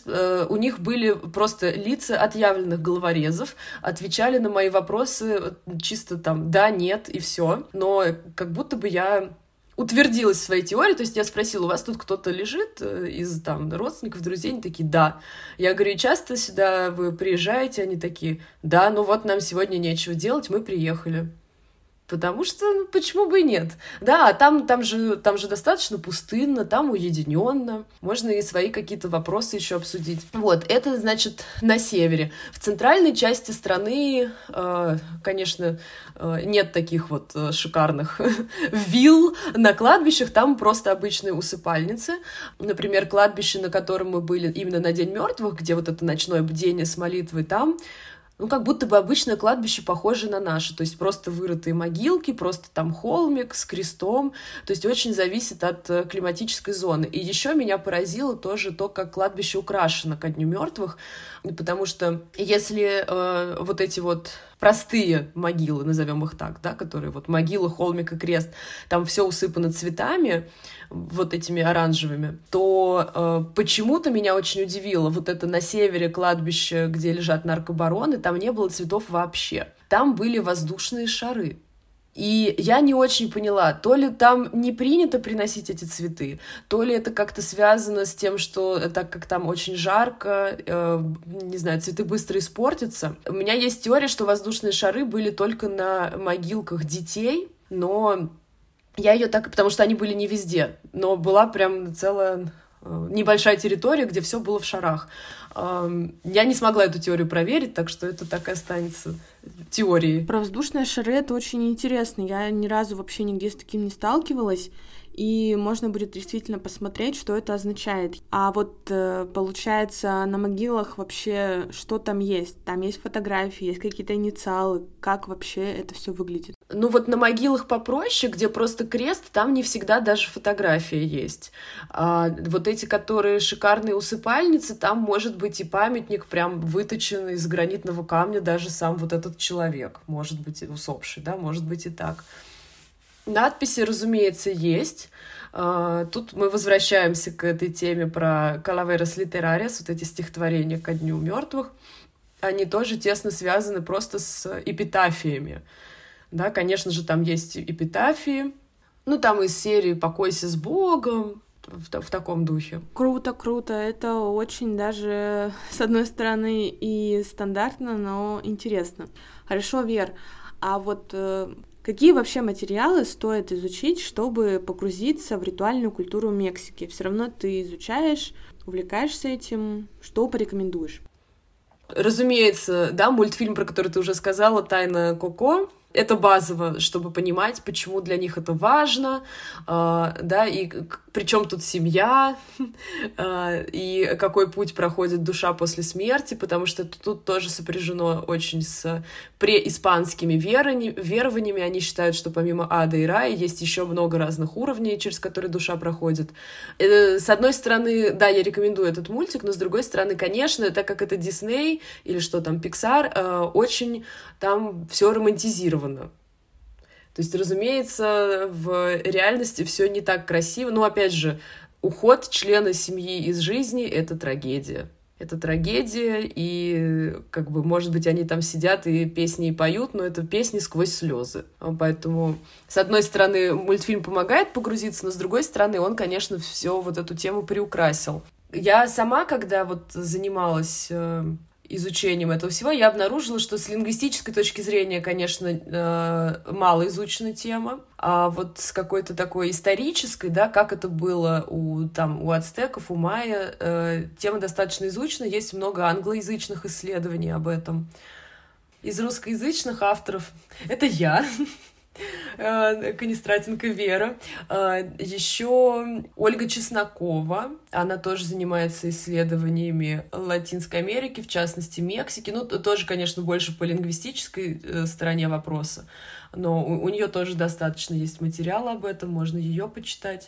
у них были просто лица отъявленных головорезов, отвечали на мои вопросы чисто там да, нет и все, но как будто бы я утвердилась в своей теории, то есть я спросила: у вас тут кто-то лежит из там родственников, друзей? Они такие: да. Я говорю: и часто сюда вы приезжаете? Они такие: да, ну вот нам сегодня нечего делать, мы приехали. Потому что, ну, почему бы и нет? Да, а там же достаточно пустынно, там уединенно. Можно и свои какие-то вопросы еще обсудить. Вот, это, значит, на севере. В центральной части страны, конечно, нет таких вот шикарных вилл на кладбищах, там просто обычные усыпальницы. Например, кладбище, на котором мы были именно на День мертвых, где вот это ночное бдение с молитвой, там ну, как будто бы обычное кладбище похоже на наше, то есть просто вырытые могилки, просто там холмик с крестом, то есть очень зависит от климатической зоны. И еще меня поразило тоже то, как кладбище украшено ко Дню мертвых, потому что если вот эти вот простые могилы, назовем их так, да, которые вот могила, холмик и крест, там все усыпано цветами, вот этими оранжевыми, то почему-то меня очень удивило вот это на севере кладбище, где лежат наркобароны, там не было цветов вообще. Там были воздушные шары. И я не очень поняла, то ли там не принято приносить эти цветы, то ли это как-то связано с тем, что так как там очень жарко, не знаю, цветы быстро испортятся. У меня есть теория, что воздушные шары были только на могилках детей, но я ее так, потому что они были не везде, но была прям целая небольшая территория, где все было в шарах. Я не смогла эту теорию проверить, так что это так и останется теорией. Про воздушные шары это очень интересно. Я ни разу вообще нигде с таким не сталкивалась. И можно будет действительно посмотреть, что это означает. А вот получается, на могилах вообще что там есть? Там есть фотографии, есть какие-то инициалы. Как вообще это все выглядит? Ну вот на могилах попроще, где просто крест, там не всегда даже фотография есть. А вот эти, которые шикарные усыпальницы, там может быть и памятник прям выточенный из гранитного камня, даже сам вот этот человек, может быть, усопший, да, может быть и так. Надписи, разумеется, есть. Тут мы возвращаемся к этой теме про «Calaveras literarias», вот эти стихотворения ко Дню мертвых. Они тоже тесно связаны просто с эпитафиями. Да, конечно же, там есть эпитафии. Ну, там из серии «Покойся с Богом», в таком духе. Круто, круто. Это очень даже, с одной стороны, и стандартно, но интересно. Хорошо, Вер, а вот какие вообще материалы стоит изучить, чтобы погрузиться в ритуальную культуру Мексики? Все равно ты изучаешь, увлекаешься этим. Что порекомендуешь? Разумеется, да, мультфильм, про который ты уже сказала, «Тайна Коко». Это базово, чтобы понимать, почему для них это важно, да, и причем тут семья, и какой путь проходит душа после смерти, потому что тут тоже сопряжено очень с преиспанскими верованиями. Они считают, что помимо ада и рая есть еще много разных уровней, через которые душа проходит. С одной стороны, да, я рекомендую этот мультик, но с другой стороны, конечно, так как это Дисней или что там, Pixar, очень там все романтизировано. То есть, разумеется, в реальности все не так красиво. Но, опять же, уход члена семьи из жизни — это трагедия. это трагедия, и как бы, может быть, они там сидят и песни и поют, но это песни сквозь слезы. Поэтому, с одной стороны, мультфильм помогает погрузиться, но с другой стороны, он, конечно, все вот эту тему приукрасил. Я сама, когда вот занималась изучением этого всего, я обнаружила, что с лингвистической точки зрения, конечно, мало изучена тема, а вот с какой-то такой исторической, да, как это было у ацтеков, у майя, тема достаточно изучена, есть много англоязычных исследований об этом. Из русскоязычных авторов это я, Конистратенко Вера. Еще Ольга Чеснокова, она тоже занимается исследованиями Латинской Америки, в частности Мексики, ну, тоже, конечно, больше по лингвистической стороне вопроса, но у нее тоже достаточно есть материала об этом, можно ее почитать.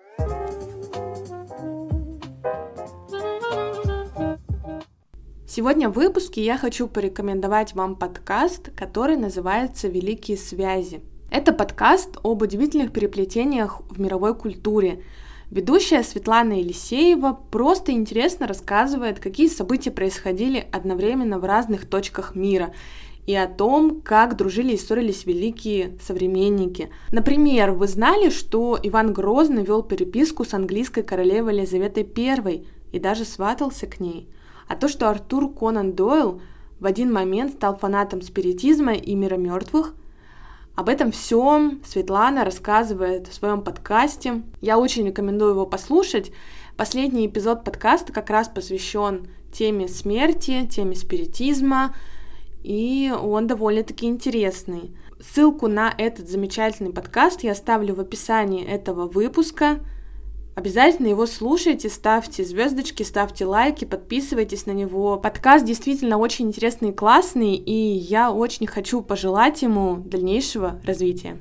Сегодня в выпуске я хочу порекомендовать вам подкаст, который называется «Великие связи». Это подкаст об удивительных переплетениях в мировой культуре. Ведущая Светлана Елисеева просто интересно рассказывает, какие события происходили одновременно в разных точках мира, и о том, как дружили и ссорились великие современники. Например, вы знали, что Иван Грозный вел переписку с английской королевой Елизаветой I и даже сватался к ней? А то, что Артур Конан Дойл в один момент стал фанатом спиритизма и мира мертвых, об этом всем Светлана рассказывает в своем подкасте. Я очень рекомендую его послушать. Последний эпизод подкаста как раз посвящен теме смерти, теме спиритизма, и он довольно-таки интересный. Ссылку на этот замечательный подкаст я оставлю в описании этого выпуска. Обязательно его слушайте, ставьте звездочки, ставьте лайки, подписывайтесь на него. Подкаст действительно очень интересный и классный, и я очень хочу пожелать ему дальнейшего развития.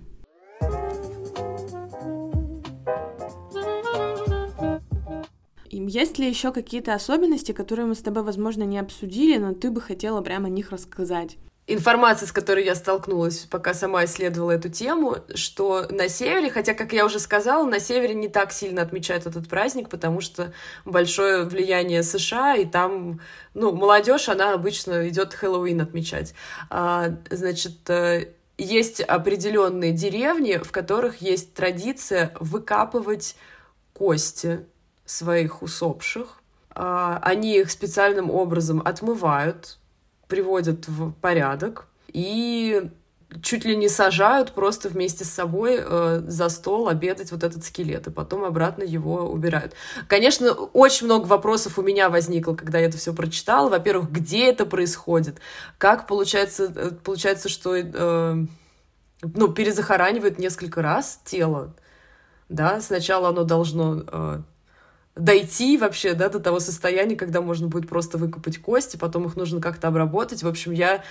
Есть ли еще какие-то особенности, которые мы с тобой, возможно, не обсудили, но ты бы хотела прямо о них рассказать? Информация, с которой я столкнулась, пока сама исследовала эту тему, что на севере, хотя, как я уже сказала, на севере не так сильно отмечают этот праздник, потому что большое влияние США, и там, молодежь, она обычно идет Хэллоуин отмечать. Значит, есть определенные деревни, в которых есть традиция выкапывать кости своих усопших. Они их специальным образом отмывают, приводят в порядок и чуть ли не сажают просто вместе с собой за стол обедать вот этот скелет, и потом обратно его убирают. Конечно, очень много вопросов у меня возникло, когда я это все прочитала. Во-первых, где это происходит? Как получается, что перезахоранивают несколько раз тело, да? Сначала оно должно дойти вообще, да, до того состояния, когда можно будет просто выкопать кости, потом их нужно как-то обработать. В общем, я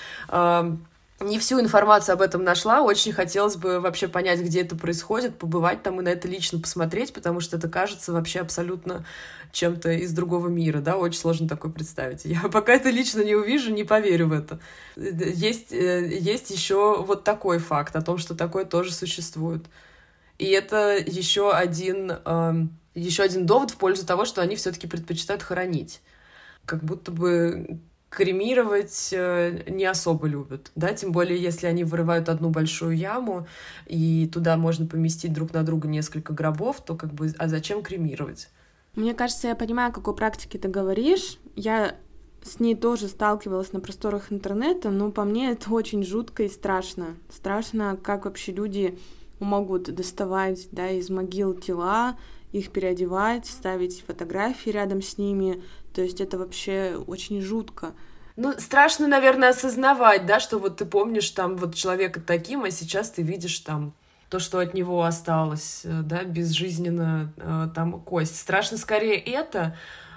не всю информацию об этом нашла, очень хотелось бы вообще понять, где это происходит, побывать там и на это лично посмотреть, потому что это кажется вообще абсолютно чем-то из другого мира, да, очень сложно такое представить. Я пока это лично не увижу, не поверю в это. Есть еще вот такой факт о том, что такое тоже существует. И это еще один довод в пользу того, что они все-таки предпочитают хоронить. Как будто бы кремировать не особо любят, да, тем более, если они вырывают одну большую яму, и туда можно поместить друг на друга несколько гробов, то как бы, а зачем кремировать? Мне кажется, я понимаю, о какой практике ты говоришь. Я с ней тоже сталкивалась на просторах интернета, но по мне это очень жутко и страшно. Страшно, как вообще люди могут доставать, да, из могил тела, их переодевать, ставить фотографии рядом с ними. То есть это вообще очень жутко. Страшно, наверное, осознавать, да, что вот ты помнишь там вот человека таким, а сейчас ты видишь там то, что от него осталось, да, безжизненно там кость. Страшно скорее это,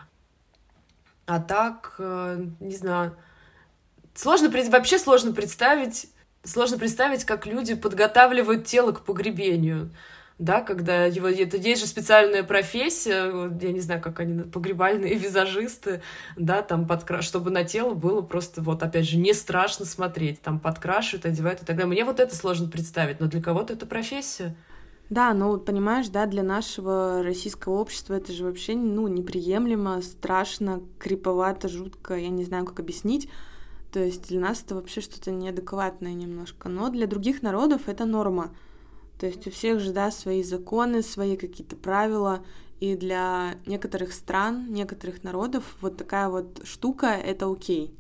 а так, не знаю, сложно представить, как люди подготавливают тело к погребению. Да, когда это есть же специальная профессия, я не знаю, как они, погребальные визажисты, да, там чтобы на тело было просто, вот опять же, не страшно смотреть, там подкрашивают, одевают и так далее. Мне вот это сложно представить, но для кого-то это профессия. Да, ну вот понимаешь, да, для нашего российского общества это же вообще, ну, неприемлемо, страшно, криповато, жутко, я не знаю, как объяснить. То есть для нас это вообще что-то неадекватное немножко, но для других народов это норма. То есть у всех же, да, свои законы, свои какие-то правила, и для некоторых стран, некоторых народов вот такая вот штука — это окей.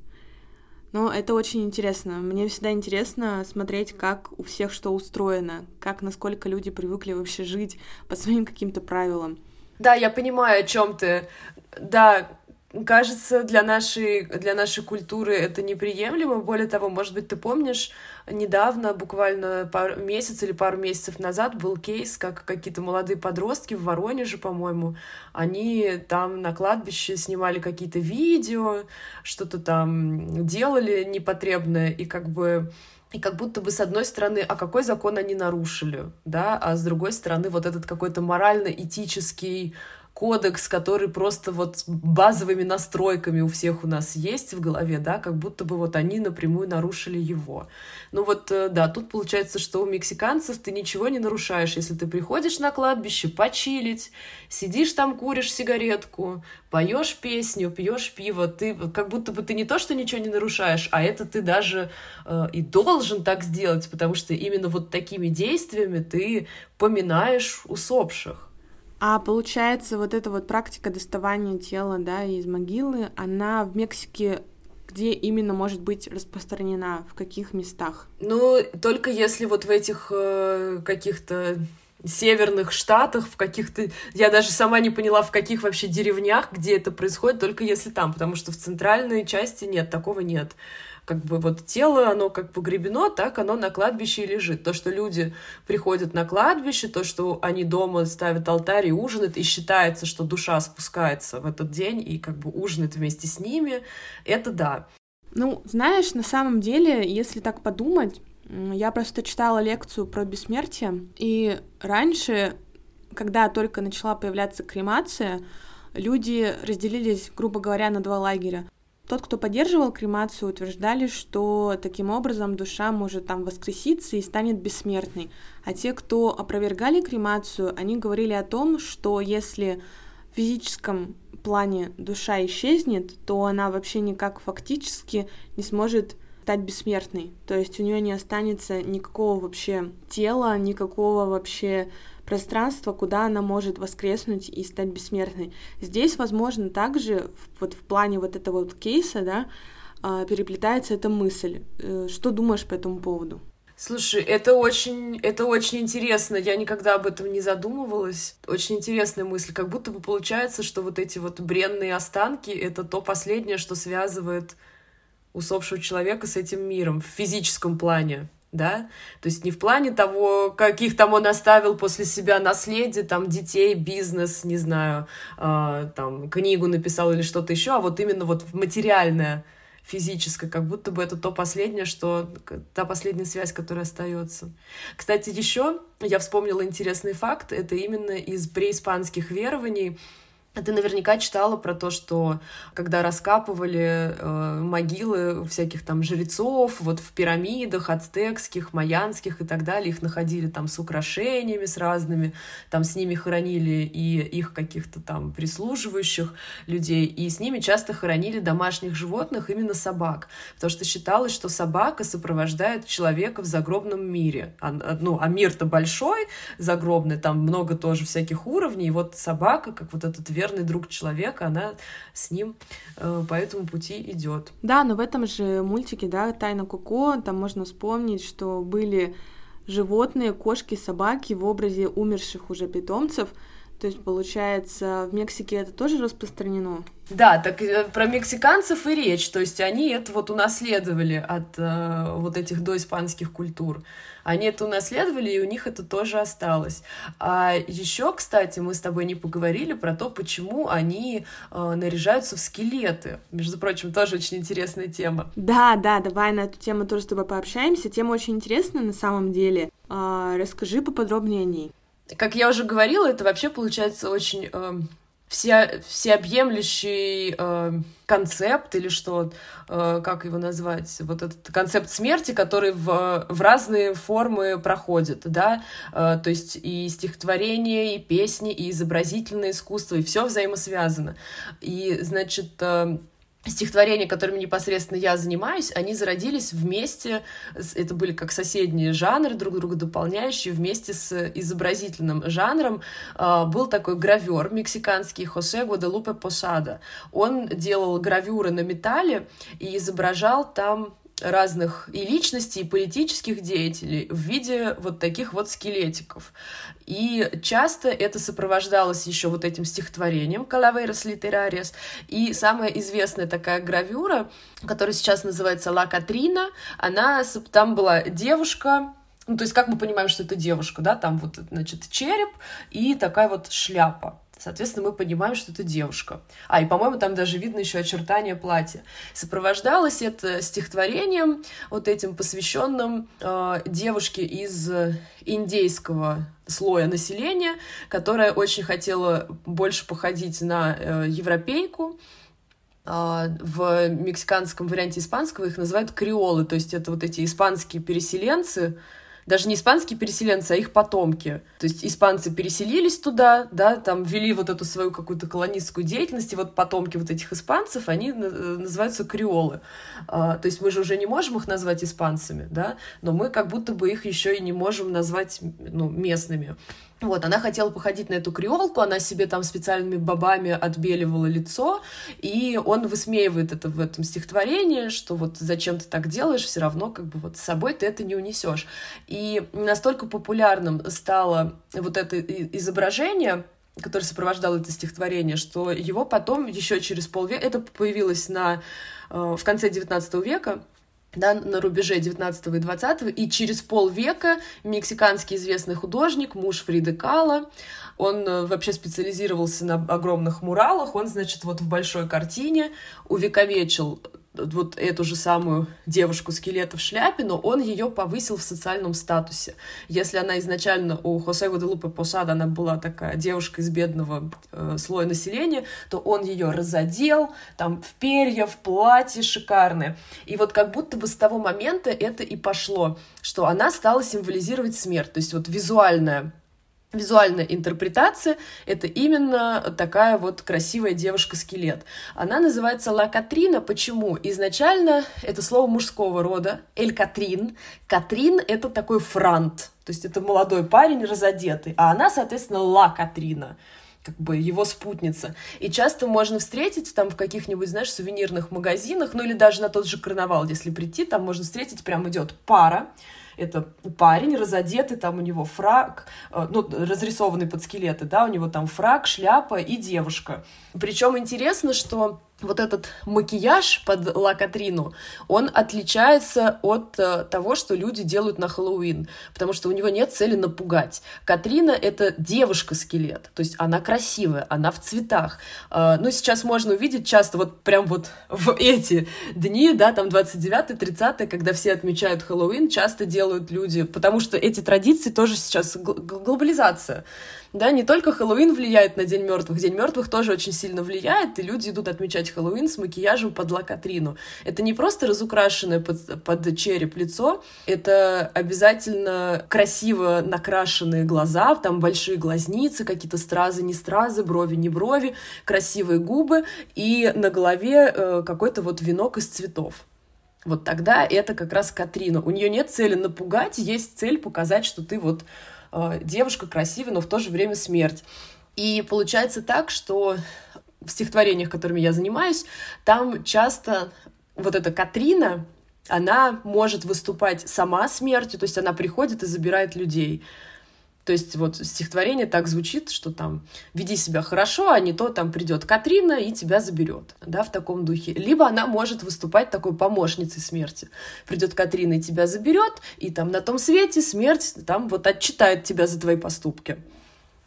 Но это очень интересно. Мне всегда интересно смотреть, как у всех что устроено, как, насколько люди привыкли вообще жить по своим каким-то правилам. Да, я понимаю, о чем ты. Да, кажется, для нашей культуры это неприемлемо. Более того, может быть, ты помнишь, недавно, буквально пару месяцев назад, был кейс, как какие-то молодые подростки в Воронеже, по-моему, они там на кладбище снимали какие-то видео, что-то там делали непотребное, и как будто бы, с одной стороны, а какой закон они нарушили, да, а с другой стороны, вот этот какой-то морально-этический кодекс, который просто вот базовыми настройками у всех у нас есть в голове, да, как будто бы вот они напрямую нарушили его. Ну вот, да, тут получается, что у мексиканцев ты ничего не нарушаешь, если ты приходишь на кладбище почилить, сидишь там, куришь сигаретку, поешь песню, пьешь пиво, ты как будто бы ты не то, что ничего не нарушаешь, а это ты даже и должен так сделать, потому что именно вот такими действиями ты поминаешь усопших. А получается, вот эта вот практика доставания тела, да, из могилы, она в Мексике где именно может быть распространена, в каких местах? Ну, только если вот в этих каких-то северных штатах, в каких-то... Я даже сама не поняла, в каких вообще деревнях, где это происходит, только если там, потому что в центральной части нет, такого нет. Как бы вот тело, оно как погребено, так оно на кладбище и лежит. То, что люди приходят на кладбище, то, что они дома ставят алтарь и ужинают, и считается, что душа спускается в этот день и как бы ужинает вместе с ними, это да. Ну, знаешь, на самом деле, если так подумать, я просто читала лекцию про бессмертие, и раньше, когда только начала появляться кремация, люди разделились, грубо говоря, на два лагеря. Тот, кто поддерживал кремацию, утверждали, что таким образом душа может там воскреситься и станет бессмертной. А те, кто опровергали кремацию, они говорили о том, что если в физическом плане душа исчезнет, то она вообще никак фактически не сможет стать бессмертной. То есть у нее не останется никакого вообще тела, никакого вообще пространства, куда она может воскреснуть и стать бессмертной. Здесь, возможно, также вот в плане вот этого вот кейса, да, переплетается эта мысль. Что думаешь по этому поводу? Слушай, это очень интересно. Я никогда об этом не задумывалась. Очень интересная мысль. Как будто бы получается, что вот эти вот бренные останки — это то последнее, что связывает усопшего человека с этим миром в физическом плане. Да? То есть не в плане того, каких там он оставил после себя наследие, там, детей, бизнес, не знаю, там, книгу написал или что-то еще, а вот именно вот материальное, физическое, как будто бы это то последнее, та последняя связь, которая остается. Кстати, еще я вспомнила интересный факт, это именно из преиспанских верований. Ты наверняка читала про то, что когда раскапывали могилы всяких там жрецов, вот в пирамидах ацтекских, майянских и так далее, их находили там с украшениями, с разными, там с ними хоронили и их каких-то там прислуживающих людей, и с ними часто хоронили домашних животных, именно собак, потому что считалось, что собака сопровождает человека в загробном мире. А мир-то большой, загробный, там много тоже всяких уровней, и вот собака, как вот этот верный друг человека, она с ним по этому пути идет. Да, но в этом же мультике, да, «Тайна Коко», там можно вспомнить, что были животные, кошки, собаки в образе умерших уже питомцев. То есть, получается, в Мексике это тоже распространено? Да, так про мексиканцев и речь. То есть они это вот унаследовали от вот этих доиспанских культур. Они это унаследовали, и у них это тоже осталось. А еще, кстати, мы с тобой не поговорили про то, почему они наряжаются в скелеты. Между прочим, тоже очень интересная тема. Да, давай на эту тему тоже с тобой пообщаемся. Тема очень интересная на самом деле. Расскажи поподробнее о ней. Как я уже говорила, это вообще получается очень всеобъемлющий концепт, или что, как его назвать, вот этот концепт смерти, который в разные формы проходит, да, то есть и стихотворение, и песни, и изобразительное искусство, и все взаимосвязано. И, значит, стихотворения, которыми непосредственно я занимаюсь, они зародились вместе, это были как соседние жанры, друг друга дополняющие, вместе с изобразительным жанром. Был такой гравер мексиканский Хосе Гваделупе Посада. Он делал гравюры на металле и изображал там разных и личностей, и политических деятелей в виде вот таких вот скелетиков. И часто это сопровождалось еще вот этим стихотворением «Calaveras literarias». И самая известная такая гравюра, которая сейчас называется «Ла Катрина», там была девушка, ну, то есть как мы понимаем, что это девушка, да, там вот, значит, череп и такая вот шляпа. Соответственно, мы понимаем, что это девушка. И, по-моему, там даже видно еще очертания платья. Сопровождалось это стихотворением, вот этим посвященным девушке из индейского слоя населения, которая очень хотела больше походить на европейку. В мексиканском варианте испанского их называют креолы, то есть это вот эти испанские переселенцы, даже не испанские переселенцы, а их потомки. То есть испанцы переселились туда, да, там вели вот эту свою какую-то колонистскую деятельность, и вот потомки вот этих испанцев, они называются креолы. То есть мы же уже не можем их назвать испанцами, да, но мы как будто бы их еще и не можем назвать, ну, местными. Вот, она хотела походить на эту креолку, она себе там специальными бобами отбеливала лицо, и он высмеивает это в этом стихотворении, что вот зачем ты так делаешь, все равно как бы вот с собой ты это не унесешь. И настолько популярным стало вот это изображение, которое сопровождало это стихотворение, что его потом еще через полвека, это появилось в конце XIX века, да, на рубеже 19 и 20, и через полвека мексиканский известный художник, муж Фриды Кало, он вообще специализировался на огромных муралах, он, значит, вот в большой картине увековечил вот эту же самую девушку-скелета в шляпе, но он ее повысил в социальном статусе. Если она изначально у Хосе Гваделупе Посада, она была такая девушка из бедного слоя населения, то он ее разодел, там в перья, в платье шикарное. И вот как будто бы с того момента это и пошло, что она стала символизировать смерть, то есть вот визуальная интерпретация — это именно такая вот красивая девушка-скелет. Она называется Ла Катрина. Почему? Изначально это слово мужского рода. Эль Катрин. Катрин — это такой франт. То есть это молодой парень разодетый. А она, соответственно, Ла Катрина, как бы его спутница. И часто можно встретить там в каких-нибудь, знаешь, сувенирных магазинах, ну или даже на тот же карнавал, если прийти, там можно встретить, прям идет пара. Это парень разодетый, там у него фрак, ну, разрисованный под скелеты, да, у него там фрак, шляпа и девушка. Причем интересно, что вот этот макияж под Ла Катрину, он отличается от того, что люди делают на Хэллоуин, потому что у него нет цели напугать. Катрина — это девушка-скелет, то есть она красивая, она в цветах. Ну, сейчас можно увидеть часто вот прям вот в эти дни, да, там 29-30, когда все отмечают Хэллоуин, часто делают люди, потому что эти традиции тоже сейчас глобализация. Да, не только Хэллоуин влияет на День мертвых, День мертвых тоже очень сильно влияет, и люди идут отмечать Хэллоуин с макияжем под Ла Катрину. Это не просто разукрашенное под череп лицо, это обязательно красиво накрашенные глаза, там большие глазницы, какие-то стразы, не стразы, брови, не брови, красивые губы, и на голове какой-то вот венок из цветов. Вот тогда это как раз Катрина. У нее нет цели напугать, есть цель показать, что ты вот девушка красивая, но в то же время смерть. И получается так, что в стихотворениях, которыми я занимаюсь, там часто вот эта Катрина, она может выступать сама смертью, то есть она приходит и забирает людей. То есть вот стихотворение так звучит, что там «веди себя хорошо, а не то там придет Катрина и тебя заберет», да, в таком духе. Либо она может выступать такой помощницей смерти. Придет Катрина и тебя заберет, и там на том свете смерть там вот отчитает тебя за твои поступки.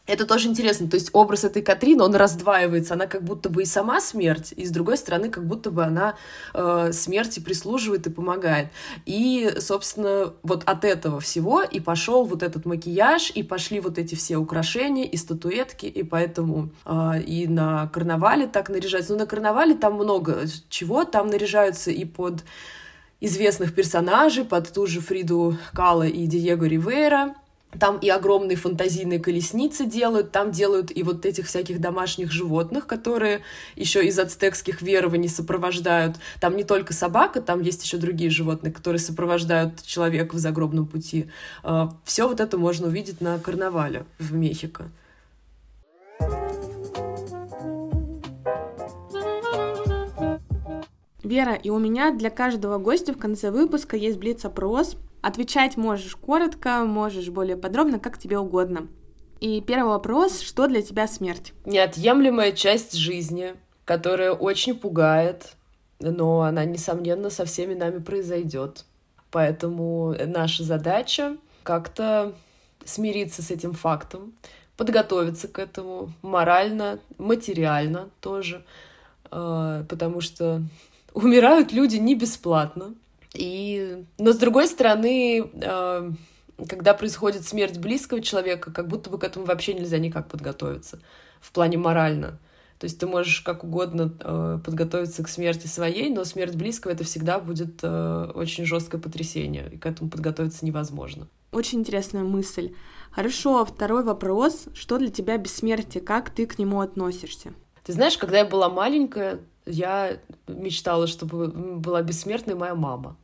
Это тоже интересно, то есть образ этой Катрин, он раздваивается, она как будто бы и сама смерть, и с другой стороны, как будто бы она смерти прислуживает и помогает. И, собственно, вот от этого всего и пошел вот этот макияж, и пошли вот эти все украшения, и статуэтки, и поэтому и на карнавале так наряжаются. Но на карнавале там много чего, там наряжаются и под известных персонажей, под ту же Фриду Кало и Диего Ривейра. Там и огромные фантазийные колесницы делают, там делают и вот этих всяких домашних животных, которые еще из ацтекских верований сопровождают. Там не только собака, там есть еще другие животные, которые сопровождают человека в загробном пути. Все вот это можно увидеть на карнавале в Мехико. Вера, и у меня для каждого гостя в конце выпуска есть блиц-опрос. Отвечать можешь коротко, можешь более подробно, как тебе угодно. И первый вопрос: что для тебя смерть? Неотъемлемая часть жизни, которая очень пугает, но она, несомненно, со всеми нами произойдет. Поэтому наша задача как-то смириться с этим фактом, подготовиться к этому морально, материально тоже, потому что умирают люди не бесплатно. Но, с другой стороны, когда происходит смерть близкого человека, как будто бы к этому вообще нельзя никак подготовиться в плане морально. То есть ты можешь как угодно подготовиться к смерти своей, но смерть близкого — это всегда будет очень жесткое потрясение, и к этому подготовиться невозможно. Очень интересная мысль. Хорошо, второй вопрос. Что для тебя бессмертие? Как ты к нему относишься? Ты знаешь, когда я была маленькая, я мечтала, чтобы была бессмертной моя мама.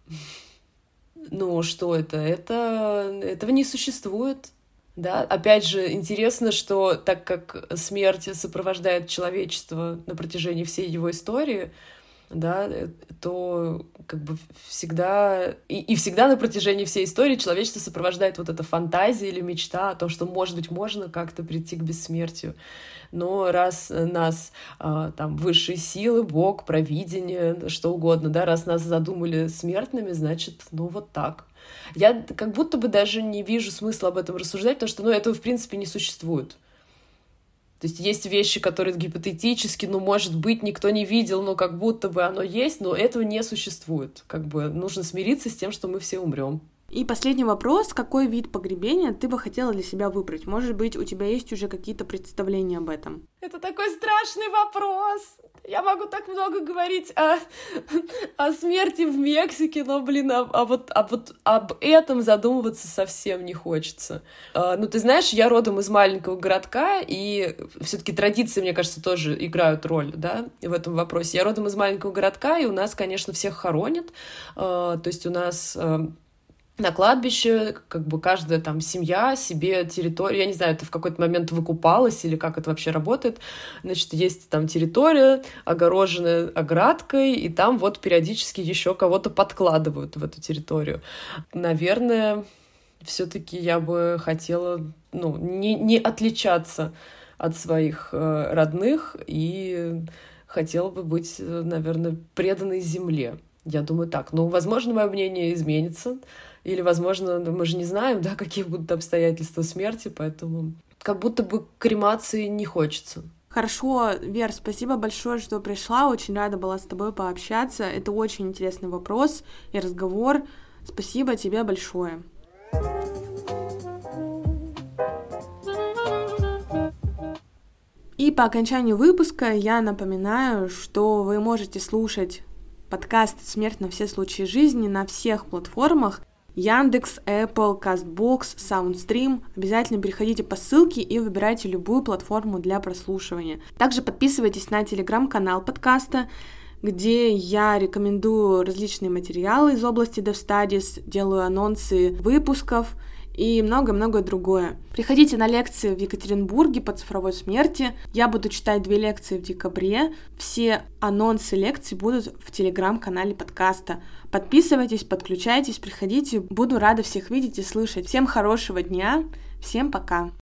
Ну, что это? Этого не существует. Да? Опять же, интересно, что так как смерть сопровождает человечество на протяжении всей его истории, да, то как бы всегда и всегда на протяжении всей истории человечество сопровождает вот эта фантазия или мечта о том, что, может быть, можно как-то прийти к бессмертию. Но раз нас там высшие силы, Бог, провидение, что угодно, да, раз нас задумали смертными, значит, ну вот так. Я как будто бы даже не вижу смысла об этом рассуждать, потому что, ну, этого в принципе не существует. То есть есть вещи, которые гипотетически, ну, может быть, никто не видел, но как будто бы оно есть, но этого не существует. Как бы нужно смириться с тем, что мы все умрем. И последний вопрос. Какой вид погребения ты бы хотела для себя выбрать? Может быть, у тебя есть уже какие-то представления об этом? Это такой страшный вопрос. Я могу так много говорить о смерти в Мексике, но, блин, об этом задумываться совсем не хочется. Ну, ты знаешь, я родом из маленького городка, и все-таки традиции, мне кажется, тоже играют роль, да, в этом вопросе. Я родом из маленького городка, и у нас, конечно, всех хоронят. То есть у нас на кладбище как бы каждая там семья себе территорию, я не знаю, это в какой-то момент выкупалось или как это вообще работает, значит, есть там территория, огороженная оградкой, и там вот периодически еще кого-то подкладывают в эту территорию. Наверное, все-таки я бы хотела, ну, не отличаться от своих родных и хотела бы быть, наверное, преданной земле. Я думаю так. Ну, возможно, мое мнение изменится. Или, возможно, мы же не знаем, да, какие будут обстоятельства смерти, поэтому как будто бы кремации не хочется. Хорошо, Вер, спасибо большое, что пришла. Очень рада была с тобой пообщаться. Это очень интересный вопрос и разговор. Спасибо тебе большое. И по окончанию выпуска я напоминаю, что вы можете слушать подкаст «Смерть на все случаи жизни» на всех платформах: Яндекс, Apple, Castbox, SoundStream. Обязательно переходите по ссылке и выбирайте любую платформу для прослушивания. Также подписывайтесь на телеграм-канал подкаста, где я рекомендую различные материалы из области DevStudies, делаю анонсы выпусков и много-много другое. Приходите на лекции в Екатеринбурге по цифровой смерти. Я буду читать 2 лекции в декабре. Все анонсы лекций будут в телеграм-канале подкаста. Подписывайтесь, подключайтесь, приходите. Буду рада всех видеть и слышать. Всем хорошего дня. Всем пока.